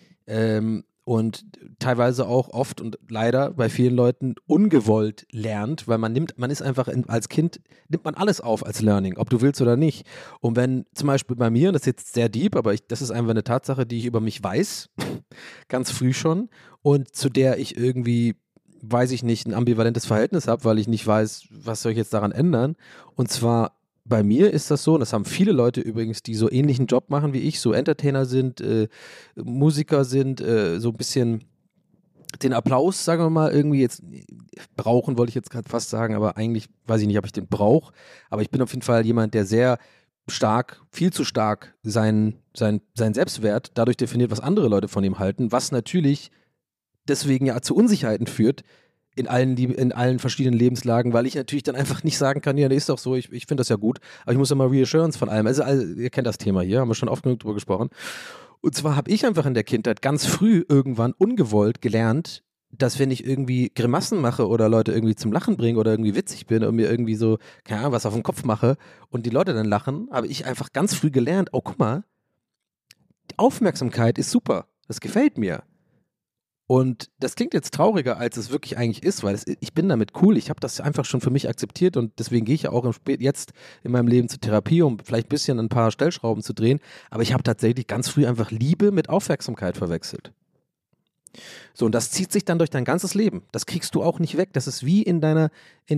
und teilweise auch oft und leider bei vielen Leuten ungewollt lernt, weil man ist einfach als Kind, nimmt man alles auf als Learning, ob du willst oder nicht. Und wenn zum Beispiel bei mir, das ist jetzt sehr deep, aber das ist einfach eine Tatsache, die ich über mich weiß, ganz früh schon und zu der ich irgendwie, weiß ich nicht, ein ambivalentes Verhältnis habe, weil ich nicht weiß, was soll ich jetzt daran ändern. Und zwar bei mir ist das so, und das haben viele Leute übrigens, die so ähnlichen Job machen wie ich, so Entertainer sind, Musiker sind, so ein bisschen den Applaus, sagen wir mal, irgendwie jetzt brauchen, wollte ich jetzt gerade fast sagen, aber eigentlich weiß ich nicht, ob ich den brauche. Aber ich bin auf jeden Fall jemand, der sehr stark, viel zu stark seinen Selbstwert dadurch definiert, was andere Leute von ihm halten, was natürlich deswegen ja zu Unsicherheiten führt in allen verschiedenen Lebenslagen, weil ich natürlich dann einfach nicht sagen kann, ja, das ist doch so, ich finde das ja gut, aber ich muss ja mal Reassurance von allem. Also ihr kennt das Thema hier, haben wir schon oft genug drüber gesprochen. Und zwar habe ich einfach in der Kindheit ganz früh irgendwann ungewollt gelernt, dass wenn ich irgendwie Grimassen mache oder Leute irgendwie zum Lachen bringe oder irgendwie witzig bin und mir irgendwie so, keine Ahnung, was auf den Kopf mache und die Leute dann lachen, habe ich einfach ganz früh gelernt, oh guck mal, die Aufmerksamkeit ist super, das gefällt mir. Und das klingt jetzt trauriger, als es wirklich eigentlich ist, weil ich bin damit cool. Ich habe das einfach schon für mich akzeptiert und deswegen gehe ich ja auch jetzt in meinem Leben zur Therapie, um vielleicht ein bisschen ein paar Stellschrauben zu drehen. Aber ich habe tatsächlich ganz früh einfach Liebe mit Aufmerksamkeit verwechselt. So, und das zieht sich dann durch dein ganzes Leben. Das kriegst du auch nicht weg. Das ist wie in deiner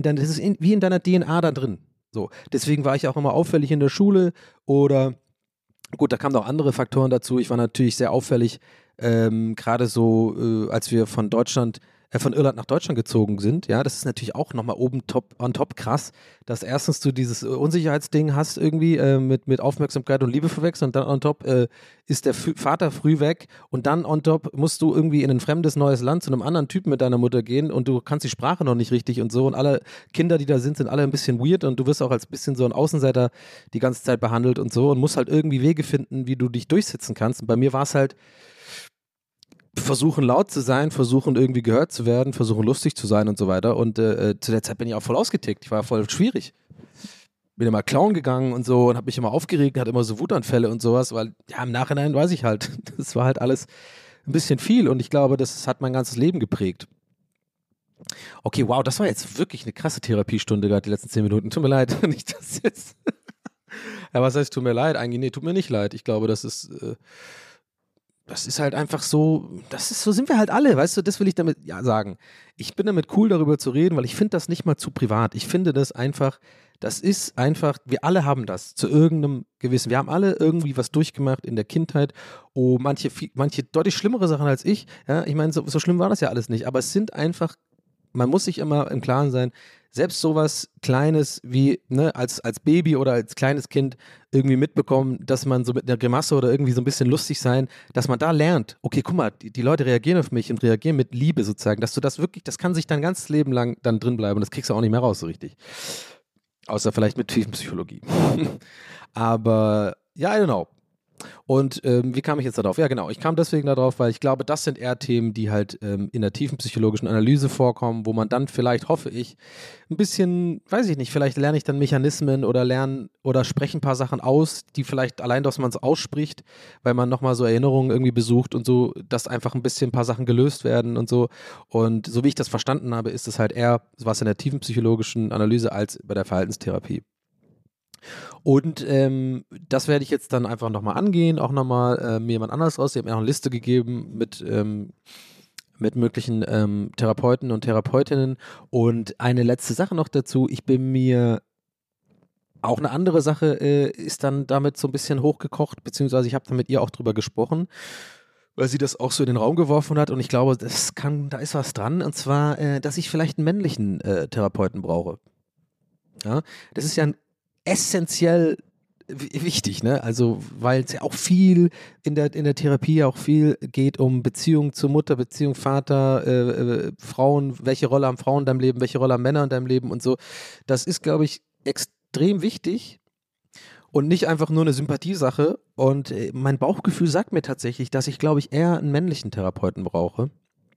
DNA da drin. So, deswegen war ich auch immer auffällig in der Schule oder gut, da kamen noch andere Faktoren dazu. Ich war natürlich sehr auffällig, gerade so, als wir von Irland nach Deutschland gezogen sind. Ja, das ist natürlich auch nochmal on top krass, dass erstens du dieses Unsicherheitsding hast irgendwie mit Aufmerksamkeit und Liebe verwechseln und dann on top ist der Vater früh weg und dann on top musst du irgendwie in ein fremdes neues Land zu einem anderen Typen mit deiner Mutter gehen und du kannst die Sprache noch nicht richtig und so und alle Kinder, die da sind alle ein bisschen weird und du wirst auch als bisschen so ein Außenseiter die ganze Zeit behandelt und so und musst halt irgendwie Wege finden, wie du dich durchsetzen kannst. Und bei mir war es halt versuchen laut zu sein, versuchen irgendwie gehört zu werden, versuchen lustig zu sein und so weiter. Und zu der Zeit bin ich auch voll ausgetickt. Ich war voll schwierig. Bin immer klauen gegangen und so und habe mich immer aufgeregt, hatte immer so Wutanfälle und sowas, weil ja im Nachhinein weiß ich halt, das war halt alles ein bisschen viel und ich glaube, das hat mein ganzes Leben geprägt. Okay, wow, das war jetzt wirklich eine krasse Therapiestunde gerade die letzten 10 Minuten. Tut mir leid, wenn ich das jetzt... Ja, was heißt tut mir leid? Eigentlich, nee, tut mir nicht leid. Ich glaube, das ist halt einfach so, so sind wir halt alle, weißt du, das will ich damit sagen. Ich bin damit cool, darüber zu reden, weil ich finde das nicht mal zu privat. Ich finde das ist einfach, wir alle haben das zu irgendeinem gewissen, wir haben alle irgendwie was durchgemacht in der Kindheit, manche deutlich schlimmere Sachen als ich, ja, ich meine, so schlimm war das ja alles nicht, aber es sind einfach, man muss sich immer im Klaren sein, selbst sowas Kleines wie, ne, als Baby oder als kleines Kind irgendwie mitbekommen, dass man so mit einer Grimasse oder irgendwie so ein bisschen lustig sein, dass man da lernt, okay, guck mal, die Leute reagieren auf mich und reagieren mit Liebe sozusagen, dass du das wirklich, das kann sich dein ganzes Leben lang dann drin bleiben und das kriegst du auch nicht mehr raus so richtig. Außer vielleicht mit Tiefenpsychologie. Aber, ja, I don't know. Und wie kam ich jetzt darauf? Ja, genau, ich kam deswegen darauf, weil ich glaube, das sind eher Themen, die halt in der tiefen psychologischen Analyse vorkommen, wo man dann vielleicht, hoffe ich, ein bisschen, weiß ich nicht, vielleicht lerne ich dann Mechanismen oder spreche ein paar Sachen aus, die vielleicht allein, dass man es ausspricht, weil man nochmal so Erinnerungen irgendwie besucht und so, dass einfach ein bisschen ein paar Sachen gelöst werden und so. Und so wie ich das verstanden habe, ist es halt eher was in der tiefen psychologischen Analyse als bei der Verhaltenstherapie. Und das werde ich jetzt dann einfach nochmal angehen, auch nochmal mir jemand anderes raus. Sie haben mir noch eine Liste gegeben mit möglichen Therapeuten und Therapeutinnen. Und eine letzte Sache noch dazu, ich bin mir auch eine andere Sache ist dann damit so ein bisschen hochgekocht, beziehungsweise ich habe dann mit ihr auch drüber gesprochen, weil sie das auch so in den Raum geworfen hat und ich glaube, da ist was dran, und zwar, dass ich vielleicht einen männlichen Therapeuten brauche. Ja? Das ist ja ein essentiell wichtig, ne? Also, weil es ja auch viel in der Therapie auch viel geht um Beziehung zur Mutter, Beziehung Vater, Frauen, welche Rolle haben Frauen in deinem Leben, welche Rolle haben Männer in deinem Leben und so. Das ist, glaube ich, extrem wichtig und nicht einfach nur eine Sympathiesache. Und mein Bauchgefühl sagt mir tatsächlich, dass ich, glaube ich, eher einen männlichen Therapeuten brauche.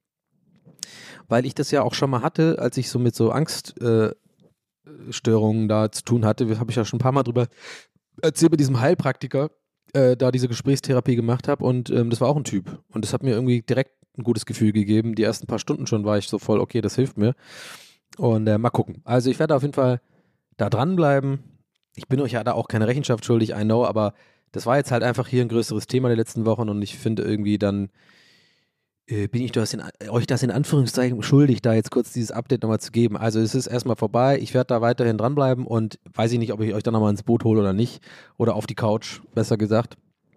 Weil ich das ja auch schon mal hatte, als ich so mit so Angststörungen da zu tun hatte, habe ich ja schon ein paar Mal drüber erzählt, mit diesem Heilpraktiker, da diese Gesprächstherapie gemacht habe, und das war auch ein Typ und das hat mir irgendwie direkt ein gutes Gefühl gegeben. Die ersten paar Stunden schon war ich so voll, okay, das hilft mir, und mal gucken. Also ich werde auf jeden Fall da dranbleiben. Ich bin euch ja da auch keine Rechenschaft schuldig, I know, aber das war jetzt halt einfach hier ein größeres Thema in den letzten Wochen und ich finde irgendwie dann bin ich euch das in Anführungszeichen schuldig, da jetzt kurz dieses Update nochmal zu geben. Also es ist erstmal vorbei, ich werde da weiterhin dranbleiben und weiß ich nicht, ob ich euch dann nochmal ins Boot hole oder nicht, oder auf die Couch, besser gesagt.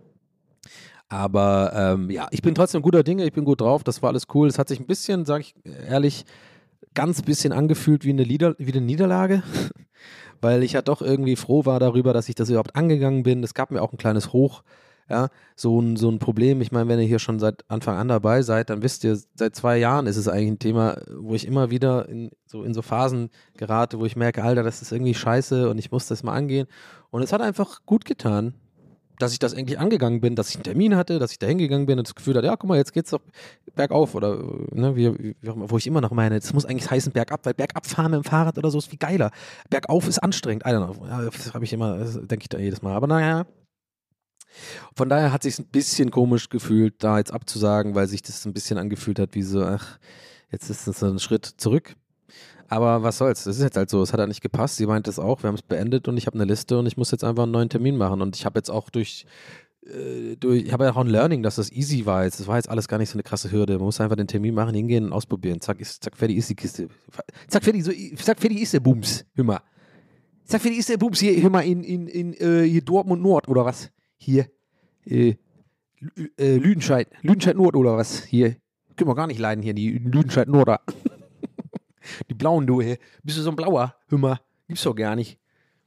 Aber ja, ich bin trotzdem guter Dinge, ich bin gut drauf, das war alles cool. Es hat sich ein bisschen, sage ich ehrlich, ganz bisschen angefühlt wie eine Niederlage, weil ich ja doch irgendwie froh war darüber, dass ich das überhaupt angegangen bin. Es gab mir auch ein kleines Hoch. Ja, so ein Problem. Ich meine, wenn ihr hier schon seit Anfang an dabei seid, dann wisst ihr, seit 2 Jahren ist es eigentlich ein Thema, wo ich immer wieder in so Phasen gerate, wo ich merke, Alter, das ist irgendwie scheiße und ich muss das mal angehen. Und es hat einfach gut getan, dass ich das eigentlich angegangen bin, dass ich einen Termin hatte, dass ich da hingegangen bin und das Gefühl hatte, ja, guck mal, jetzt geht's doch bergauf oder, ne, wo ich immer noch meine, das muss eigentlich heißen bergab, weil bergab fahren mit dem Fahrrad oder so ist viel geiler. Bergauf ist anstrengend, I don't know. Ja, das habe ich immer, das denke ich da jedes Mal. Aber naja, Von daher hat sich ein bisschen komisch gefühlt, da jetzt abzusagen, weil sich das ein bisschen angefühlt hat wie so, ach, jetzt ist das so ein Schritt zurück. Aber was soll's, das ist jetzt halt so, es hat halt nicht gepasst, sie meint es auch, wir haben es beendet und ich habe eine Liste und ich muss jetzt einfach einen neuen Termin machen und ich habe jetzt auch ich habe ja auch ein Learning, dass das easy war jetzt, das war jetzt alles gar nicht so eine krasse Hürde, man muss einfach den Termin machen, hingehen und ausprobieren, zack, zack, fertig ist die Kiste, zack, fertig ist der Bums, hör mal, zack, fertig ist der Bums hier, hör mal, hier Dortmund Nord oder was, hier, Lüdenscheid Nord oder was, hier, können wir gar nicht leiden hier, die Lüdenscheid Norder. Die Blauen, du, hey. Bist du so ein Blauer? Hör mal, gibt's doch gar nicht.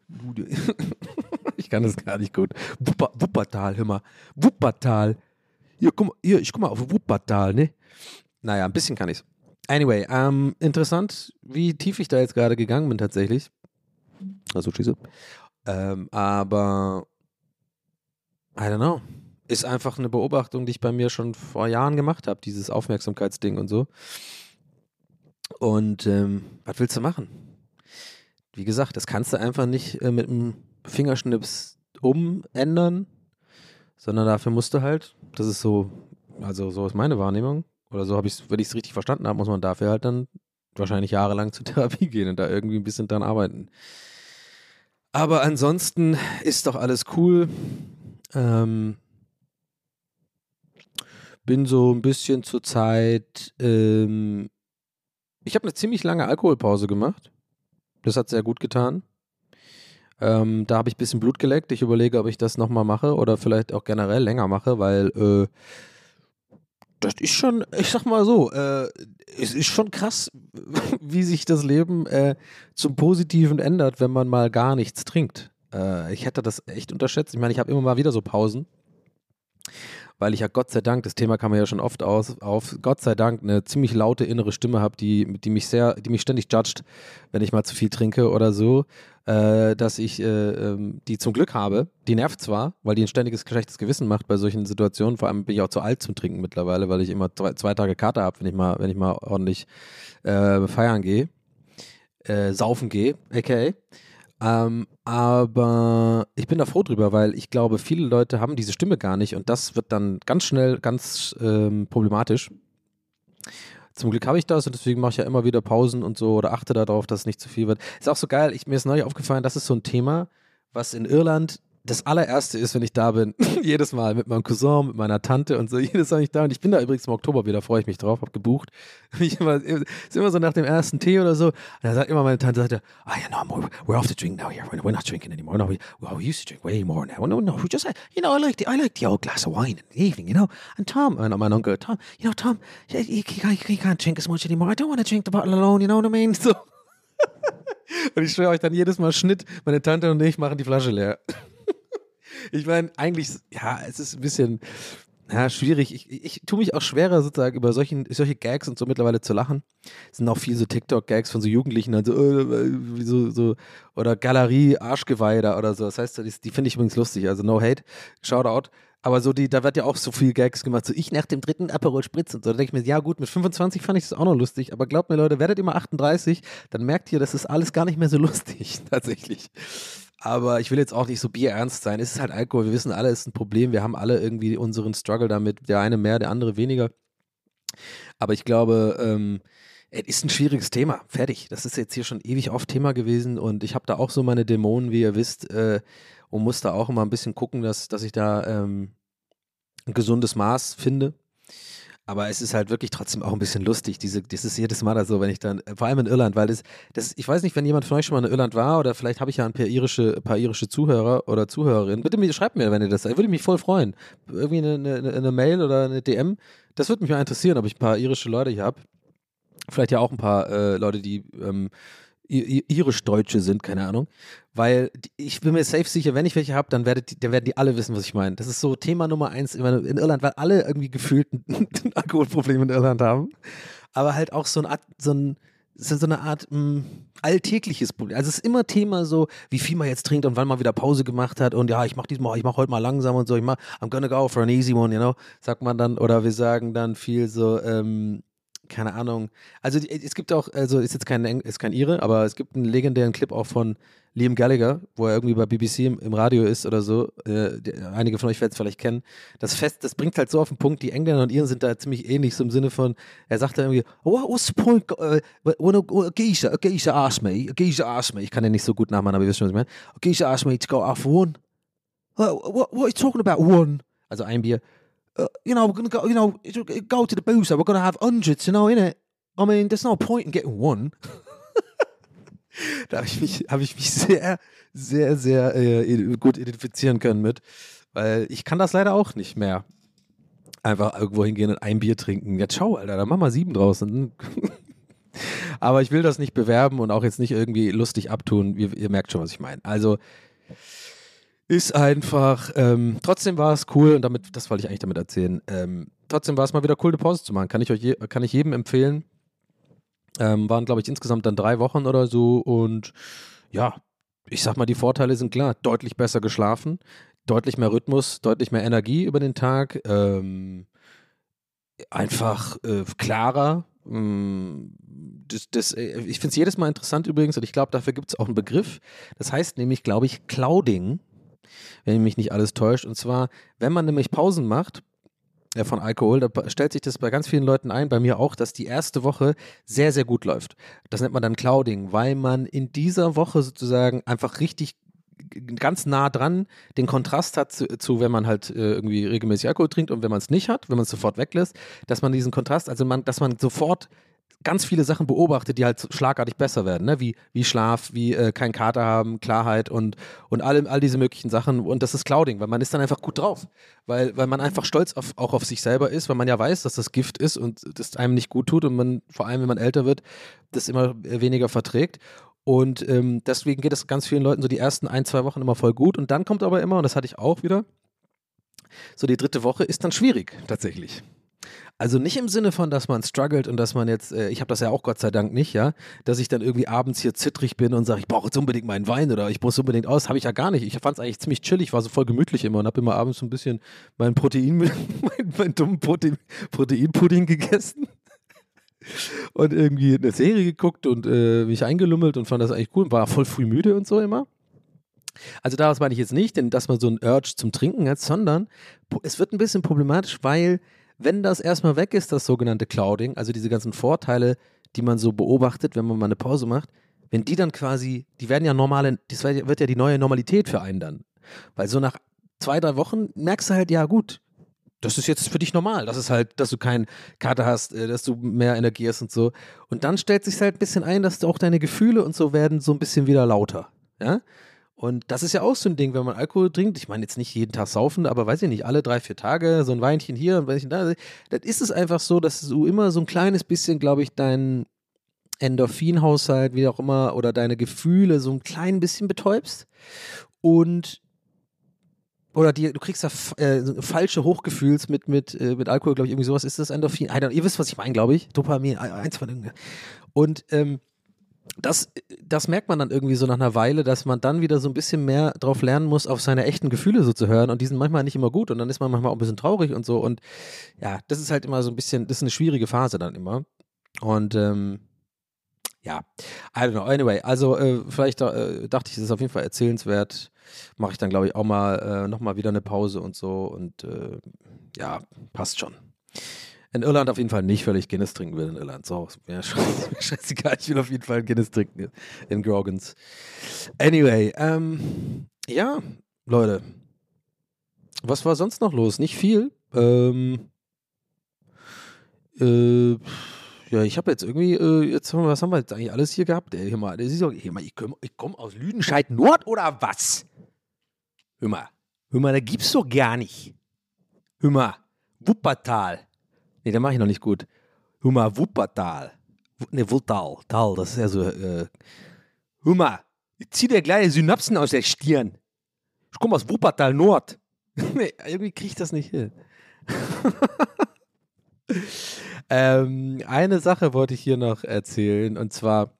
Ich kann das gar nicht gut. Wuppertal, hör mal. Wuppertal. Hier, ich guck mal auf Wuppertal, ne? Naja, ein bisschen kann ich's. Anyway, interessant, wie tief ich da jetzt gerade gegangen bin tatsächlich. Also schieße. Aber I don't know. Ist einfach eine Beobachtung, die ich bei mir schon vor Jahren gemacht habe, dieses Aufmerksamkeitsding und so. Und was willst du machen? Wie gesagt, das kannst du einfach nicht mit einem Fingerschnips umändern, sondern dafür musst du halt, das ist so, also so ist meine Wahrnehmung, oder so habe ich es, wenn ich es richtig verstanden habe, muss man dafür halt dann wahrscheinlich jahrelang zur Therapie gehen und da irgendwie ein bisschen dran arbeiten. Aber ansonsten ist doch alles cool. Bin so ein bisschen zur Zeit, ich habe eine ziemlich lange Alkoholpause gemacht. Das hat sehr gut getan. Da habe ich ein bisschen Blut geleckt. Ich überlege, ob ich das nochmal mache oder vielleicht auch generell länger mache, weil das ist schon, ich sag mal so, es ist schon krass, wie sich das Leben zum Positiven ändert, wenn man mal gar nichts trinkt. Ich hätte das echt unterschätzt. Ich meine, ich habe immer mal wieder so Pausen. Weil ich ja Gott sei Dank, das Thema kam ja schon oft auf, Gott sei Dank eine ziemlich laute innere Stimme habe, die mich ständig judgt, wenn ich mal zu viel trinke oder so, dass ich die zum Glück habe. Die nervt zwar, weil die ein ständiges schlechtes Gewissen macht bei solchen Situationen, vor allem bin ich auch zu alt zum Trinken mittlerweile, weil ich immer 2 Tage Kater habe, wenn ich mal ordentlich feiern gehe, saufen gehe, aka. Aber ich bin da froh drüber, weil ich glaube, viele Leute haben diese Stimme gar nicht und das wird dann ganz schnell ganz problematisch. Zum Glück habe ich das und deswegen mache ich ja immer wieder Pausen und so oder achte darauf, dass es nicht zu viel wird. Ist auch so geil, mir ist neulich aufgefallen, das ist so ein Thema, was in Irland das allererste ist, wenn ich da bin. Jedes Mal mit meinem Cousin, mit meiner Tante und so. Jedes Mal bin ich da und ich bin da übrigens im Oktober wieder, freue ich mich drauf, habe gebucht. Ist immer so nach dem ersten Tee oder so. Und da sagt immer meine Tante, no, we're off to drink now here. We're not drinking anymore. No, we used to drink way more now. No, we just, I like the old glass of wine in the evening, And Tom, mein Onkel, Tom, Tom, you can't drink as much anymore. I don't want to drink the bottle alone, you know what I mean? So. Und ich schwöre euch dann jedes Mal Schnitt, meine Tante und ich machen die Flasche leer. Ich meine, eigentlich, ja, es ist ein bisschen schwierig. Ich tue mich auch schwerer, sozusagen über solche Gags und so mittlerweile zu lachen. Es sind auch viele so TikTok-Gags von so Jugendlichen, also so oder Galerie Arschgeweih da oder so. Das heißt, die finde ich übrigens lustig, also no hate, Shoutout. Aber so da wird ja auch so viel Gags gemacht, so ich nach dem 3. Aperol Spritz und so. Da denke ich mir, ja gut, mit 25 fand ich das auch noch lustig, aber glaubt mir Leute, werdet ihr mal 38, dann merkt ihr, das ist alles gar nicht mehr so lustig, tatsächlich. Aber ich will jetzt auch nicht so bierernst sein. Es ist halt Alkohol. Wir wissen alle, es ist ein Problem. Wir haben alle irgendwie unseren Struggle damit. Der eine mehr, der andere weniger. Aber ich glaube, es ist ein schwieriges Thema. Fertig. Das ist jetzt hier schon ewig oft Thema gewesen. Und ich habe da auch so meine Dämonen, wie ihr wisst. Und muss da auch immer ein bisschen gucken, dass ich da ein gesundes Maß finde. Aber es ist halt wirklich trotzdem auch ein bisschen lustig. Das ist jedes Mal da so, wenn ich dann, vor allem in Irland, weil ich weiß nicht, wenn jemand von euch schon mal in Irland war oder vielleicht habe ich ja ein paar irische Zuhörer oder Zuhörerinnen. Bitte schreibt mir, wenn ihr das seid. Würde mich voll freuen. Irgendwie eine Mail oder eine DM. Das würde mich mal interessieren, ob ich ein paar irische Leute hier habe. Vielleicht ja auch ein paar Leute, die irisch-Deutsche sind, keine Ahnung. Weil ich bin mir safe sicher, wenn ich welche habe, dann werden die alle wissen, was ich meine. Das ist so Thema Nummer 1 in Irland, weil alle irgendwie gefühlt ein Alkoholproblem in Irland haben. Aber halt auch so eine Art alltägliches Problem. Also es ist immer Thema so, wie viel man jetzt trinkt und wann man wieder Pause gemacht hat und ja, ich mach heute mal langsam und so, I'm gonna go for an easy one, sagt man dann. Oder wir sagen dann viel so, keine Ahnung. Also es gibt auch, also ist jetzt ist kein Ire, aber es gibt einen legendären Clip auch von Liam Gallagher, wo er irgendwie bei BBC im Radio ist oder so. Einige von euch werden es vielleicht kennen. Das bringt halt so auf den Punkt, die Engländer und Iren sind da ziemlich ähnlich, so im Sinne von, er sagt da irgendwie, what's the point, when a geezer asked me, ich kann den nicht so gut nachmachen, aber ihr wisst schon, was ich meine. A geezer asked me to go out for one. What are you talking about, one? Also ein Bier. We're going to go, go to the boozer, we're going to have hundreds, innit? I mean, there's no point in getting one. Da habe ich mich sehr, sehr, sehr gut identifizieren können mit, weil ich kann das leider auch nicht mehr. Einfach irgendwo hingehen und ein Bier trinken. Jetzt schau, Alter, da machen wir 7 draußen. Aber ich will das nicht bewerben und auch jetzt nicht irgendwie lustig abtun. Ihr merkt schon, was ich meine. Also ist einfach, trotzdem war es cool und das wollte ich eigentlich damit erzählen. Trotzdem war es mal wieder cool, eine Pause zu machen. Kann ich jedem empfehlen. Waren, glaube ich, insgesamt dann 3 Wochen oder so und ja, ich sag mal, die Vorteile sind klar. Deutlich besser geschlafen, deutlich mehr Rhythmus, deutlich mehr Energie über den Tag, einfach klarer. Ich finde es jedes Mal interessant übrigens und ich glaube, dafür gibt es auch einen Begriff. Das heißt nämlich, glaube ich, Clouding, wenn mich nicht alles täuscht. Und zwar, wenn man nämlich Pausen macht, von Alkohol, da stellt sich das bei ganz vielen Leuten ein, bei mir auch, dass die erste Woche sehr, sehr gut läuft. Das nennt man dann Clouding, weil man in dieser Woche sozusagen einfach richtig ganz nah dran den Kontrast hat zu wenn man halt irgendwie regelmäßig Alkohol trinkt und wenn man es nicht hat, wenn man es sofort weglässt, dass man diesen Kontrast, dass man sofort ganz viele Sachen beobachtet, die halt schlagartig besser werden, ne? Wie Schlaf, wie kein Kater haben, Klarheit und all diese möglichen Sachen. Und das ist Clouding, weil man ist dann einfach gut drauf. Weil man einfach stolz auch auf sich selber ist, weil man ja weiß, dass das Gift ist und das einem nicht gut tut und man, vor allem wenn man älter wird, das immer weniger verträgt. Und deswegen geht es ganz vielen Leuten so die ersten 1-2 Wochen immer voll gut. Und dann kommt aber immer, und das hatte ich auch wieder, so die 3. Woche ist dann schwierig, tatsächlich. Also nicht im Sinne von, dass man struggelt und dass man jetzt, ich habe das ja auch Gott sei Dank nicht, ja, dass ich dann irgendwie abends hier zittrig bin und sage, ich brauche jetzt unbedingt meinen Wein oder ich muss unbedingt aus, habe ich ja gar nicht. Ich fand es eigentlich ziemlich chillig, war so voll gemütlich immer und habe immer abends so ein bisschen mein mein dummen Proteinpudding gegessen und irgendwie eine Serie geguckt und mich eingelummelt und fand das eigentlich cool und war voll früh müde und so immer. Also daraus meine ich jetzt nicht, dass man so einen Urge zum Trinken hat, sondern es wird ein bisschen problematisch, weil wenn das erstmal weg ist, das sogenannte Clouding, also diese ganzen Vorteile, die man so beobachtet, wenn man mal eine Pause macht, wenn die dann quasi, die werden ja das wird ja die neue Normalität für einen dann. Weil so nach 2-3 Wochen merkst du halt, ja gut, das ist jetzt für dich normal. Das ist halt, dass du keinen Kater hast, dass du mehr Energie hast und so. Und dann stellt sich halt ein bisschen ein, dass auch deine Gefühle und so werden so ein bisschen wieder lauter. Ja? Und das ist ja auch so ein Ding, wenn man Alkohol trinkt. Ich meine jetzt nicht jeden Tag saufen, aber weiß ich nicht, alle 3-4 Tage so ein Weinchen hier und Weinchen da. Dann ist es einfach so, dass du immer so ein kleines bisschen, glaube ich, deinen Endorphinhaushalt, wie auch immer, oder deine Gefühle so ein klein bisschen betäubst. Und oder du kriegst da falsche Hochgefühls mit Alkohol, glaube ich, irgendwie sowas ist das Endorphin. Ihr wisst, was ich meine, glaube ich. Dopamin, eins von denen. Und das merkt man dann irgendwie so nach einer Weile, dass man dann wieder so ein bisschen mehr drauf lernen muss, auf seine echten Gefühle so zu hören und die sind manchmal nicht immer gut und dann ist man manchmal auch ein bisschen traurig und so und ja, das ist halt immer so ein bisschen, das ist eine schwierige Phase dann immer und ja, I don't know, anyway, also vielleicht dachte ich, das ist auf jeden Fall erzählenswert, mache ich dann glaube ich auch mal nochmal wieder eine Pause und so und ja, passt schon. In Irland auf jeden Fall nicht, weil ich Guinness trinken will in Irland. So, mir scheißegal, ich will auf jeden Fall Guinness trinken in Grogan's. Anyway, ja, Leute. Was war sonst noch los? Nicht viel. Ja, ich habe jetzt irgendwie, was haben wir jetzt eigentlich alles hier gehabt? Hör mal, ich komme aus Lüdenscheid Nord oder was? Hör mal, da gibt's doch gar nicht. Hör mal, Wuppertal. Nee, den mache ich noch nicht gut. Hör mal, Wuppertal. Wuppertal, Tal, das ist ja so, hör mal, ich zieh dir gleich Synapsen aus der Stirn. Ich komme aus Wuppertal Nord. Nee, irgendwie kriege ich das nicht hin. Eine Sache wollte ich hier noch erzählen und zwar,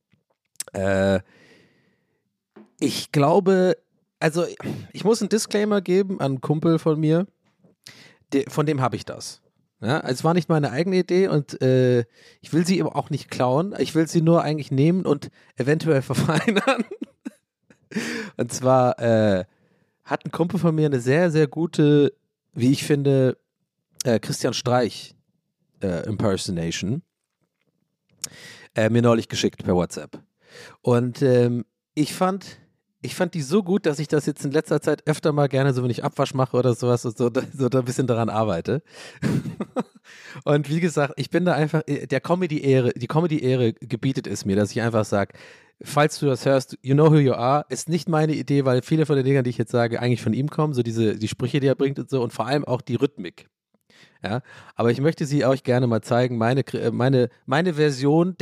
ich glaube, also ich muss einen Disclaimer geben an einen Kumpel von mir, von dem habe ich das. Ja, es war nicht meine eigene Idee und ich will sie eben auch nicht klauen. Ich will sie nur eigentlich nehmen und eventuell verfeinern. Und zwar hat ein Kumpel von mir eine sehr, sehr gute, wie ich finde, Christian Streich Impersonation mir neulich geschickt per WhatsApp. Und ich fand die so gut, dass ich das jetzt in letzter Zeit öfter mal gerne, so wenn ich Abwasch mache oder sowas, und so da ein bisschen daran arbeite. Und wie gesagt, ich bin da einfach, die Comedy-Ehre gebietet es mir, dass ich einfach sage, falls du das hörst, you know who you are, ist nicht meine Idee, weil viele von den Dingen, die ich jetzt sage, eigentlich von ihm kommen, so die Sprüche, die er bringt und so, und vor allem auch die Rhythmik. Ja, aber ich möchte sie euch gerne mal zeigen, meine Version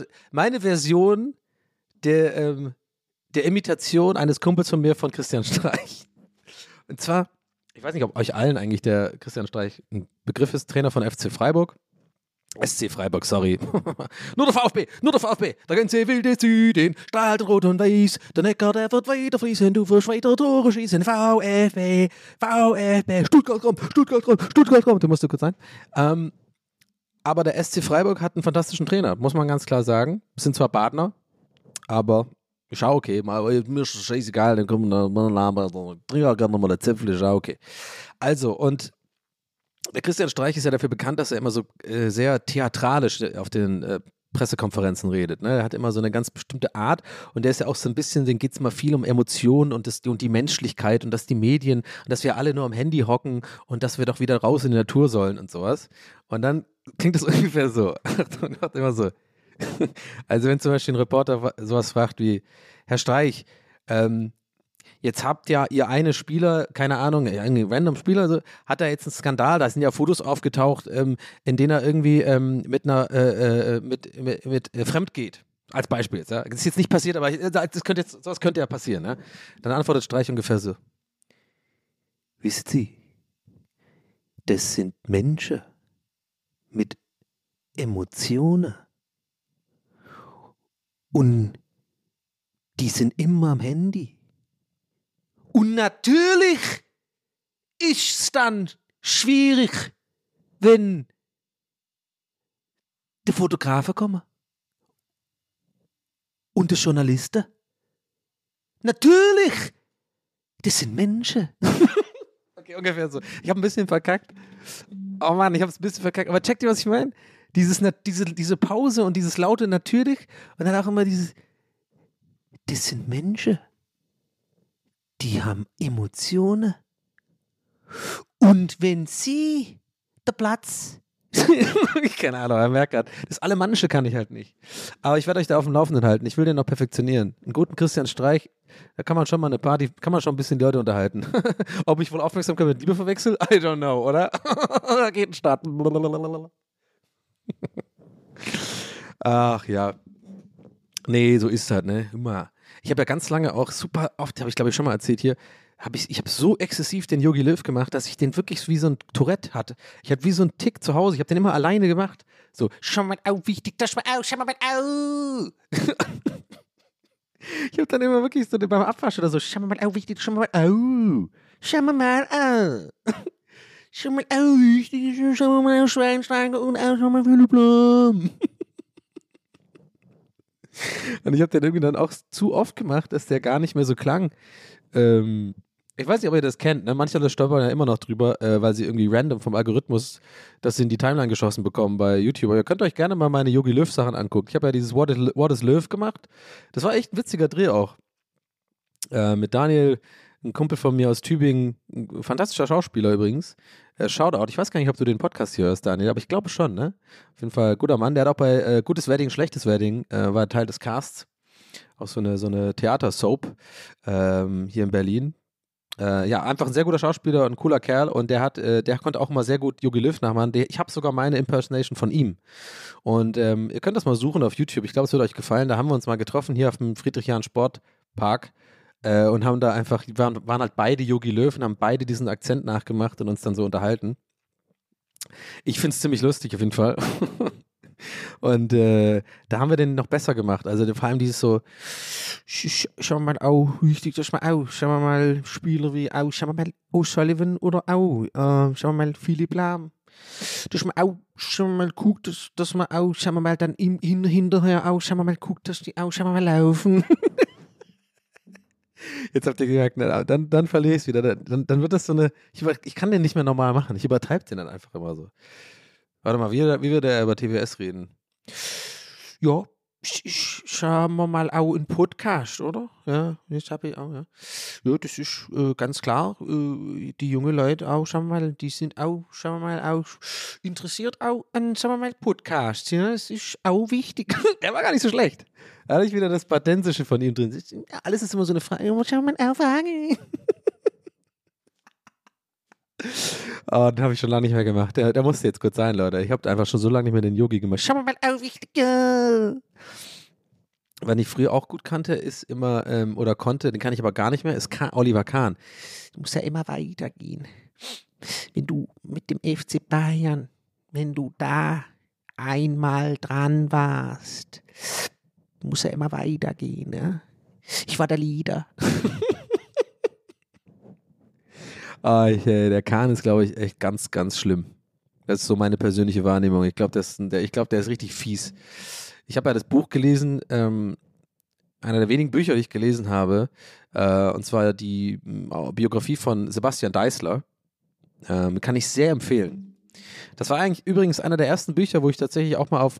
der Imitation eines Kumpels von mir von Christian Streich. Und zwar, ich weiß nicht, ob euch allen eigentlich der Christian Streich ein Begriff ist, Trainer von FC Freiburg. SC Freiburg, sorry. Nur der VfB, der ganze wilde Süden, strahlt in Rot und Weiß, der Neckar, der wird weiter fließen, du wirst weiter Tore schießen, VfB, Stuttgart kommt, du musst kurz sein. Aber der SC Freiburg hat einen fantastischen Trainer, muss man ganz klar sagen. Sind zwar Badner, aber ist auch okay, mir ist das scheißegal, dann kommen wir trinken wir gerne nochmal der Zipfel, ist auch okay. Also, und der Christian Streich ist ja dafür bekannt, dass er immer so sehr theatralisch auf den Pressekonferenzen redet. Ne? Er hat immer so eine ganz bestimmte Art und der ist ja auch so ein bisschen, denen geht es mal viel um Emotionen und die Menschlichkeit und dass die Medien und dass wir alle nur am Handy hocken und dass wir doch wieder raus in die Natur sollen und sowas. Und dann klingt das ungefähr so. Achtung, immer so. Also wenn zum Beispiel ein Reporter sowas fragt wie, Herr Streich, jetzt habt ja ihr eine Spieler, keine Ahnung, ein random Spieler, also, hat da jetzt einen Skandal, da sind ja Fotos aufgetaucht, in denen er irgendwie mit fremd geht. Als Beispiel jetzt, ja. Das ist jetzt nicht passiert, aber sowas könnte ja passieren, ne? Dann antwortet Streich ungefähr so. Wisst Sie, das sind Menschen mit Emotionen. Und die sind immer am Handy. Und natürlich ist es dann schwierig, wenn die Fotografen kommen. Und die Journalisten. Natürlich. Das sind Menschen. Okay, ungefähr so. Ich habe ein bisschen verkackt. Oh Mann, ich habe es ein bisschen verkackt. Aber checkt ihr, was ich meine? Diese Pause und dieses laute natürlich und dann auch immer dieses, das sind Menschen, die haben Emotionen und wenn sie der Platz, keine Ahnung, er merkt gerade, das Alemannische kann ich halt nicht, aber ich werde euch da auf dem Laufenden halten, ich will den noch perfektionieren. Einen guten Christian Streich, da kann man schon mal eine Party, kann man schon ein bisschen die Leute unterhalten. Ob ich wohl Aufmerksamkeit mit Liebe verwechsel? I don't know, oder? Da geht ein Start. Ach ja. Nee, so ist es halt, ne? Immer. Ich habe ja ganz lange auch super oft, habe ich glaube ich schon mal erzählt hier, ich habe so exzessiv den Yogi Löw gemacht, dass ich den wirklich wie so ein Tourette hatte. Ich hatte wie so einen Tick zu Hause, ich habe den immer alleine gemacht. So, schau mal au, wichtig, das mal au, schau mal au. Ich habe dann immer wirklich so beim Abwasch oder so, schau mal au, wichtig, schau mal au. Schau mal au. Schau mal au, wichtig, schau mal au, Schweinsteiger und au, schau mal Philipp Lahm. Und ich habe den irgendwie dann auch zu oft gemacht, dass der gar nicht mehr so klang. Ich weiß nicht, ob ihr das kennt, ne? Manche Leute stolpern ja immer noch drüber, weil sie irgendwie random vom Algorithmus das in die Timeline geschossen bekommen bei YouTube. Aber ihr könnt euch gerne mal meine Yogi Löw Sachen angucken. Ich habe ja dieses What is Löw gemacht. Das war echt ein witziger Dreh auch. Mit Daniel, ein Kumpel von mir aus Tübingen, ein fantastischer Schauspieler übrigens. Shoutout. Ich weiß gar nicht, ob du den Podcast hier hörst, Daniel, aber ich glaube schon, ne? Auf jeden Fall guter Mann. Der hat auch bei Gutes Wedding, Schlechtes Wedding, war Teil des Casts. Auch so eine Theatersoap hier in Berlin. Ja, einfach ein sehr guter Schauspieler und ein cooler Kerl und der konnte auch mal sehr gut Yogi Löw nachmachen. Ich habe sogar meine Impersonation von ihm. Und ihr könnt das mal suchen auf YouTube. Ich glaube, es wird euch gefallen. Da haben wir uns mal getroffen hier auf dem Friedrich-Jahn-Sportpark und haben da einfach, waren halt beide Yogi Löw und haben beide diesen Akzent nachgemacht und uns dann so unterhalten. Ich finde es ziemlich lustig auf jeden Fall. Und da haben wir den noch besser gemacht. Also vor allem dieses so, schau mal au, wichtig, das mal au, schau mal Spieler wie au, schau mal O'Sullivan oder au, schau mal Philipp Lahm. dass man auch schon mal guckt, dass man auch, sagen wir mal, dann hinterher auch, sagen wir mal, guckt, dass die auch, sagen wir mal, laufen. Jetzt habt ihr gemerkt, dann verliere ich es wieder. Dann wird das so eine, ich kann den nicht mehr normal machen. Ich übertreibe den dann einfach immer so. Warte mal, wie würde er über TWS reden? Ja, schauen wir mal auch einen Podcast, oder? Ja, das habe ich auch, ja. Ja, das ist ganz klar. Die jungen Leute auch, schauen wir mal, die sind auch, schauen wir mal, auch interessiert auch an, sagen wir mal, Podcasts. Ja, das ist auch wichtig. Der war gar nicht so schlecht. Da hatte ich wieder das Patensische von ihm drin. Ja, alles ist immer so eine Frage. Schauen wir mal auf, Oh, den habe ich schon lange nicht mehr gemacht. Der musste jetzt kurz sein, Leute. Ich habe einfach schon so lange nicht mehr den Yogi gemacht. Schau mal auf, wenn ich früher auch gut kannte, ist immer, oder konnte, den kann ich aber gar nicht mehr, ist Oliver Kahn. Du musst ja immer weitergehen. Wenn du mit dem FC Bayern, wenn du da einmal dran warst, du musst ja immer weitergehen, ne? Ich war der Leader. Der Kahn ist, glaube ich, echt ganz, ganz schlimm. Das ist so meine persönliche Wahrnehmung. Ich glaube, der ist richtig fies. Ich habe ja das Buch gelesen, einer der wenigen Bücher, die ich gelesen habe, und zwar die Biografie von Sebastian Deißler. Kann ich sehr empfehlen. Das war eigentlich übrigens einer der ersten Bücher, wo ich tatsächlich auch mal auf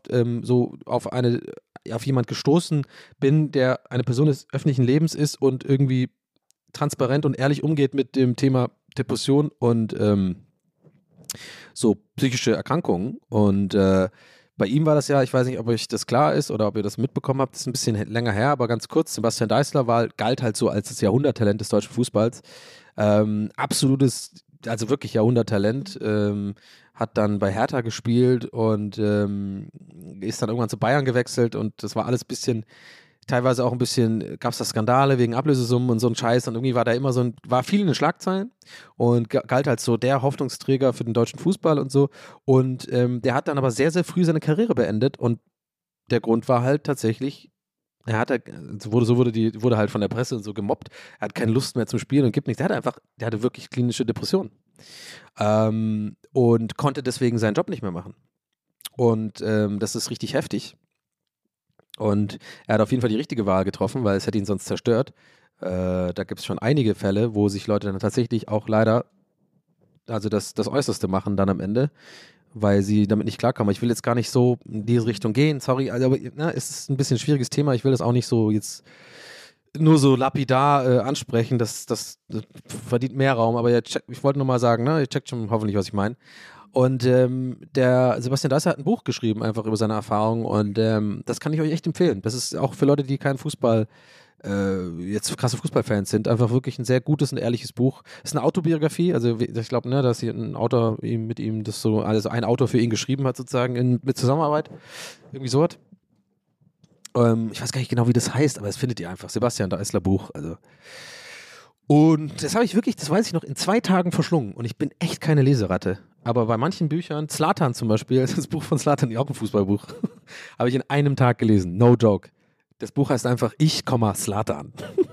jemand gestoßen bin, der eine Person des öffentlichen Lebens ist und irgendwie transparent und ehrlich umgeht mit dem Thema Depression und so psychische Erkrankungen. Und bei ihm war das ja, ich weiß nicht, ob euch das klar ist oder ob ihr das mitbekommen habt, das ist ein bisschen länger her, aber ganz kurz, Sebastian Deißler galt halt so als das Jahrhunderttalent des deutschen Fußballs. Absolutes, also wirklich Jahrhunderttalent. Hat dann bei Hertha gespielt und ist dann irgendwann zu Bayern gewechselt und das war alles ein bisschen, teilweise auch ein bisschen, gab es da Skandale wegen Ablösesummen und so ein Scheiß und irgendwie war da immer war viel in den Schlagzeilen und galt als so der Hoffnungsträger für den deutschen Fußball und so und der hat dann aber sehr, sehr früh seine Karriere beendet und der Grund war halt tatsächlich, wurde halt von der Presse und so gemobbt, er hat keine Lust mehr zum Spielen und gibt nichts, der hatte wirklich klinische Depressionen und konnte deswegen seinen Job nicht mehr machen und das ist richtig heftig. Und er hat auf jeden Fall die richtige Wahl getroffen, weil es hätte ihn sonst zerstört. Da gibt es schon einige Fälle, wo sich Leute dann tatsächlich auch leider, also das Äußerste machen dann am Ende, weil sie damit nicht klarkommen. Ich will jetzt gar nicht so in diese Richtung gehen, sorry, also, aber es ist ein bisschen ein schwieriges Thema. Ich will das auch nicht so jetzt nur so lapidar ansprechen, das verdient mehr Raum, aber ich wollte nur mal sagen, ne, ihr checkt schon hoffentlich, was ich meine. Und der Sebastian Deißler hat ein Buch geschrieben, einfach über seine Erfahrungen und das kann ich euch echt empfehlen. Das ist auch für Leute, die keinen Fußball, jetzt krasse Fußballfans sind, einfach wirklich ein sehr gutes und ehrliches Buch. Es ist eine Autobiografie, also ich glaube, ne, dass hier ein Autor mit ihm das so, also ein Autor für ihn geschrieben hat sozusagen mit Zusammenarbeit, irgendwie so was. Ich weiß gar nicht genau, wie das heißt, aber das findet ihr einfach. Sebastian Deißler Buch, also. Und das habe ich wirklich, das weiß ich noch, in 2 Tagen verschlungen. Und ich bin echt keine Leseratte. Aber bei manchen Büchern, Zlatan zum Beispiel, das Buch von Zlatan, auch ein Fußballbuch, habe ich in einem Tag gelesen. No joke. Das Buch heißt einfach Ich, Zlatan.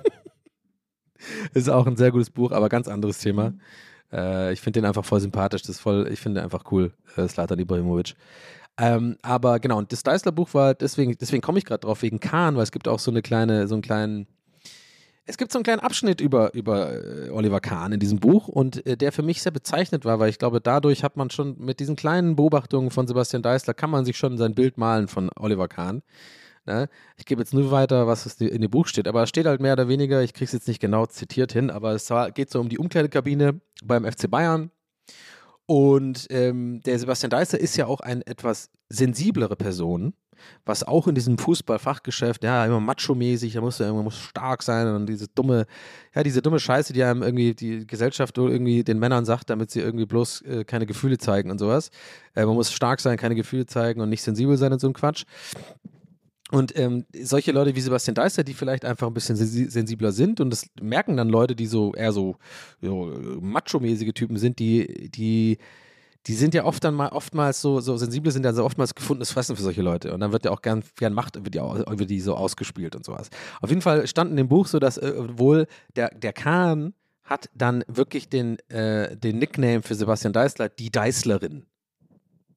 Ist auch ein sehr gutes Buch, aber ganz anderes Thema. Ich finde den einfach voll sympathisch. Ich finde den einfach cool, Zlatan Ibrahimovic. Aber genau, und das Deißler-Buch war, deswegen komme ich gerade drauf, wegen Kahn, weil es gibt auch so einen kleinen Abschnitt über Oliver Kahn in diesem Buch und der für mich sehr bezeichnet war, weil ich glaube, dadurch hat man schon mit diesen kleinen Beobachtungen von Sebastian Deißler, kann man sich schon sein Bild malen von Oliver Kahn. Ne? Ich gebe jetzt nur weiter, was in dem Buch steht, aber es steht halt mehr oder weniger, ich kriege es jetzt nicht genau zitiert hin, aber es geht so um die Umkleidekabine beim FC Bayern. Und der Sebastian Deißler ist ja auch eine etwas sensiblere Person, was auch in diesem Fußballfachgeschäft, ja, immer macho-mäßig, man muss stark sein und diese dumme Scheiße, die einem irgendwie die Gesellschaft irgendwie den Männern sagt, damit sie irgendwie bloß keine Gefühle zeigen und sowas. Man muss stark sein, keine Gefühle zeigen und nicht sensibel sein und so ein Quatsch. Und solche Leute wie Sebastian Deißler, die vielleicht einfach ein bisschen sensibler sind und das merken dann Leute, die so eher so macho-mäßige Typen sind, die sind ja oftmals so sensibel, sind ja so oftmals gefundenes Fressen für solche Leute. Und dann wird ja auch gern Macht über die so ausgespielt und sowas. Auf jeden Fall stand in dem Buch so, dass wohl der Kahn hat dann wirklich den Nickname für Sebastian Deißler, die Deißlerin,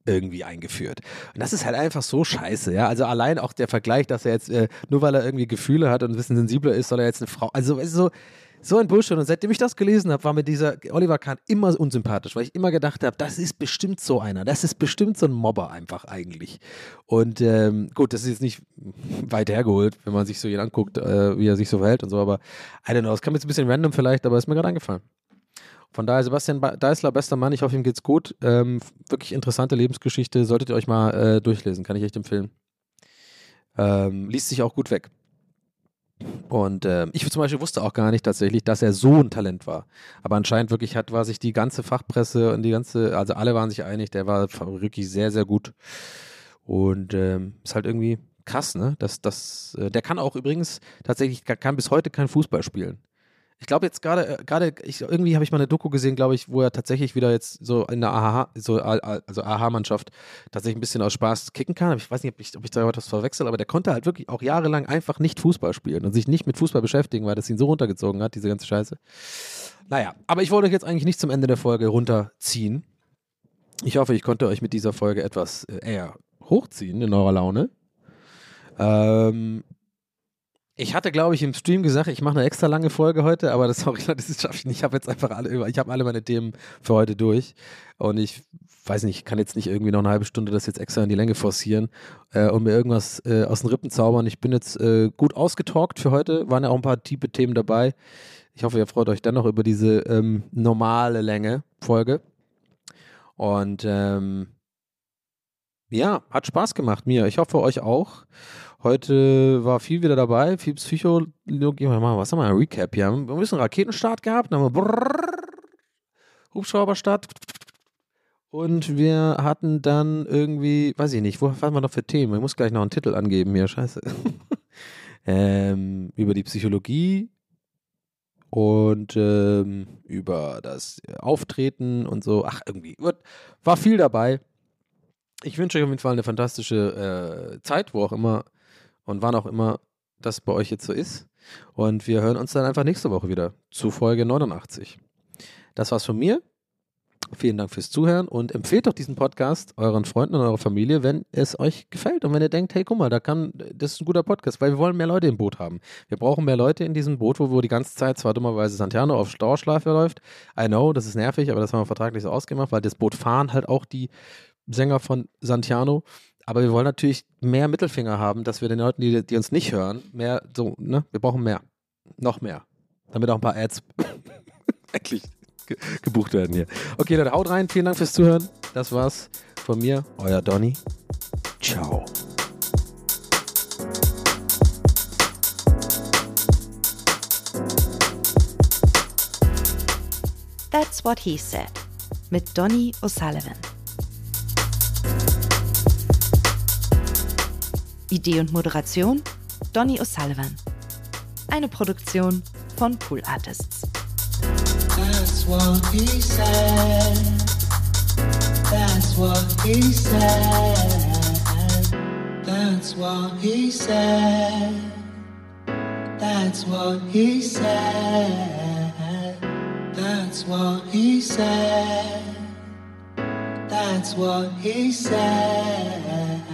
irgendwie eingeführt. Und das ist halt einfach so scheiße, ja. Also allein auch der Vergleich, dass er jetzt, nur weil er irgendwie Gefühle hat und ein bisschen sensibler ist, soll er jetzt eine Frau, also weißt du, so ein Bullshit. Und seitdem ich das gelesen habe, war mir dieser Oliver Kahn immer unsympathisch, weil ich immer gedacht habe, das ist bestimmt so einer. Das ist bestimmt so ein Mobber einfach eigentlich. Und gut, das ist jetzt nicht weit hergeholt, wenn man sich so ihn anguckt, wie er sich so verhält und so, aber I don't know, das kam jetzt ein bisschen random vielleicht, aber ist mir gerade eingefallen. Von daher, Sebastian Deißler, bester Mann, ich hoffe, ihm geht's gut. Wirklich interessante Lebensgeschichte, solltet ihr euch mal durchlesen, kann ich echt empfehlen. Liest sich auch gut weg. Und ich zum Beispiel wusste auch gar nicht tatsächlich, dass er so ein Talent war. Aber anscheinend wirklich war sich die ganze Fachpresse und also alle waren sich einig, der war wirklich sehr, sehr gut. Und ist halt irgendwie krass, ne? Der kann auch übrigens tatsächlich, kann bis heute kein Fußball spielen. Ich glaube jetzt irgendwie habe ich mal eine Doku gesehen, glaube ich, wo er tatsächlich wieder jetzt so in der AHA-Mannschaft tatsächlich ein bisschen aus Spaß kicken kann. Aber ich weiß nicht, ob ich da was verwechsel, aber der konnte halt wirklich auch jahrelang einfach nicht Fußball spielen und sich nicht mit Fußball beschäftigen, weil das ihn so runtergezogen hat, diese ganze Scheiße. Naja, aber ich wollte euch jetzt eigentlich nicht zum Ende der Folge runterziehen. Ich hoffe, ich konnte euch mit dieser Folge etwas eher hochziehen in eurer Laune. Ich hatte, glaube ich, im Stream gesagt, ich mache eine extra lange Folge heute, aber das schaffe ich nicht. Ich habe jetzt einfach alle meine Themen für heute durch und ich weiß nicht, ich kann jetzt nicht irgendwie noch eine halbe Stunde das jetzt extra in die Länge forcieren und mir irgendwas aus den Rippen zaubern. Ich bin jetzt gut ausgetalkt für heute, waren ja auch ein paar tiefe Themen dabei. Ich hoffe, ihr freut euch dennoch über diese normale Länge Folge und ja, hat Spaß gemacht mir. Ich hoffe, euch auch. Heute war viel wieder dabei, viel Psychologie. Was haben wir? Ein Recap hier. Wir haben ein bisschen Raketenstart gehabt, dann haben wir Hubschrauberstart und wir hatten dann irgendwie, weiß ich nicht, was haben wir noch für Themen? Ich muss gleich noch einen Titel angeben hier, scheiße. Über die Psychologie und über das Auftreten und so. Ach, irgendwie war viel dabei. Ich wünsche euch auf jeden Fall eine fantastische Zeit, wo auch immer und wann auch immer das bei euch jetzt so ist. Und wir hören uns dann einfach nächste Woche wieder zu Folge 89. Das war's von mir. Vielen Dank fürs Zuhören und empfehlt doch diesen Podcast euren Freunden und eurer Familie, wenn es euch gefällt und wenn ihr denkt, hey, guck mal, das ist ein guter Podcast, weil wir wollen mehr Leute im Boot haben. Wir brauchen mehr Leute in diesem Boot, wo die ganze Zeit zwar dummerweise Santiano auf Dauerschleife läuft. I know, das ist nervig, aber das haben wir vertraglich so ausgemacht, weil das Boot fahren halt auch die Sänger von Santiano. Aber wir wollen natürlich mehr Mittelfinger haben, dass wir den Leuten, die uns nicht hören, mehr so, ne? Wir brauchen mehr. Noch mehr. Damit auch ein paar Ads eigentlich gebucht werden hier. Okay, Leute, haut rein. Vielen Dank fürs Zuhören. Das war's von mir. Euer Donny. Ciao. That's What He Said mit Donny O'Sullivan. Idee und Moderation Donny O'Sullivan. Eine Produktion von Pool Artists. That's what he said. That's what he said. That's what he said. That's what he said. That's what he said. That's what he said.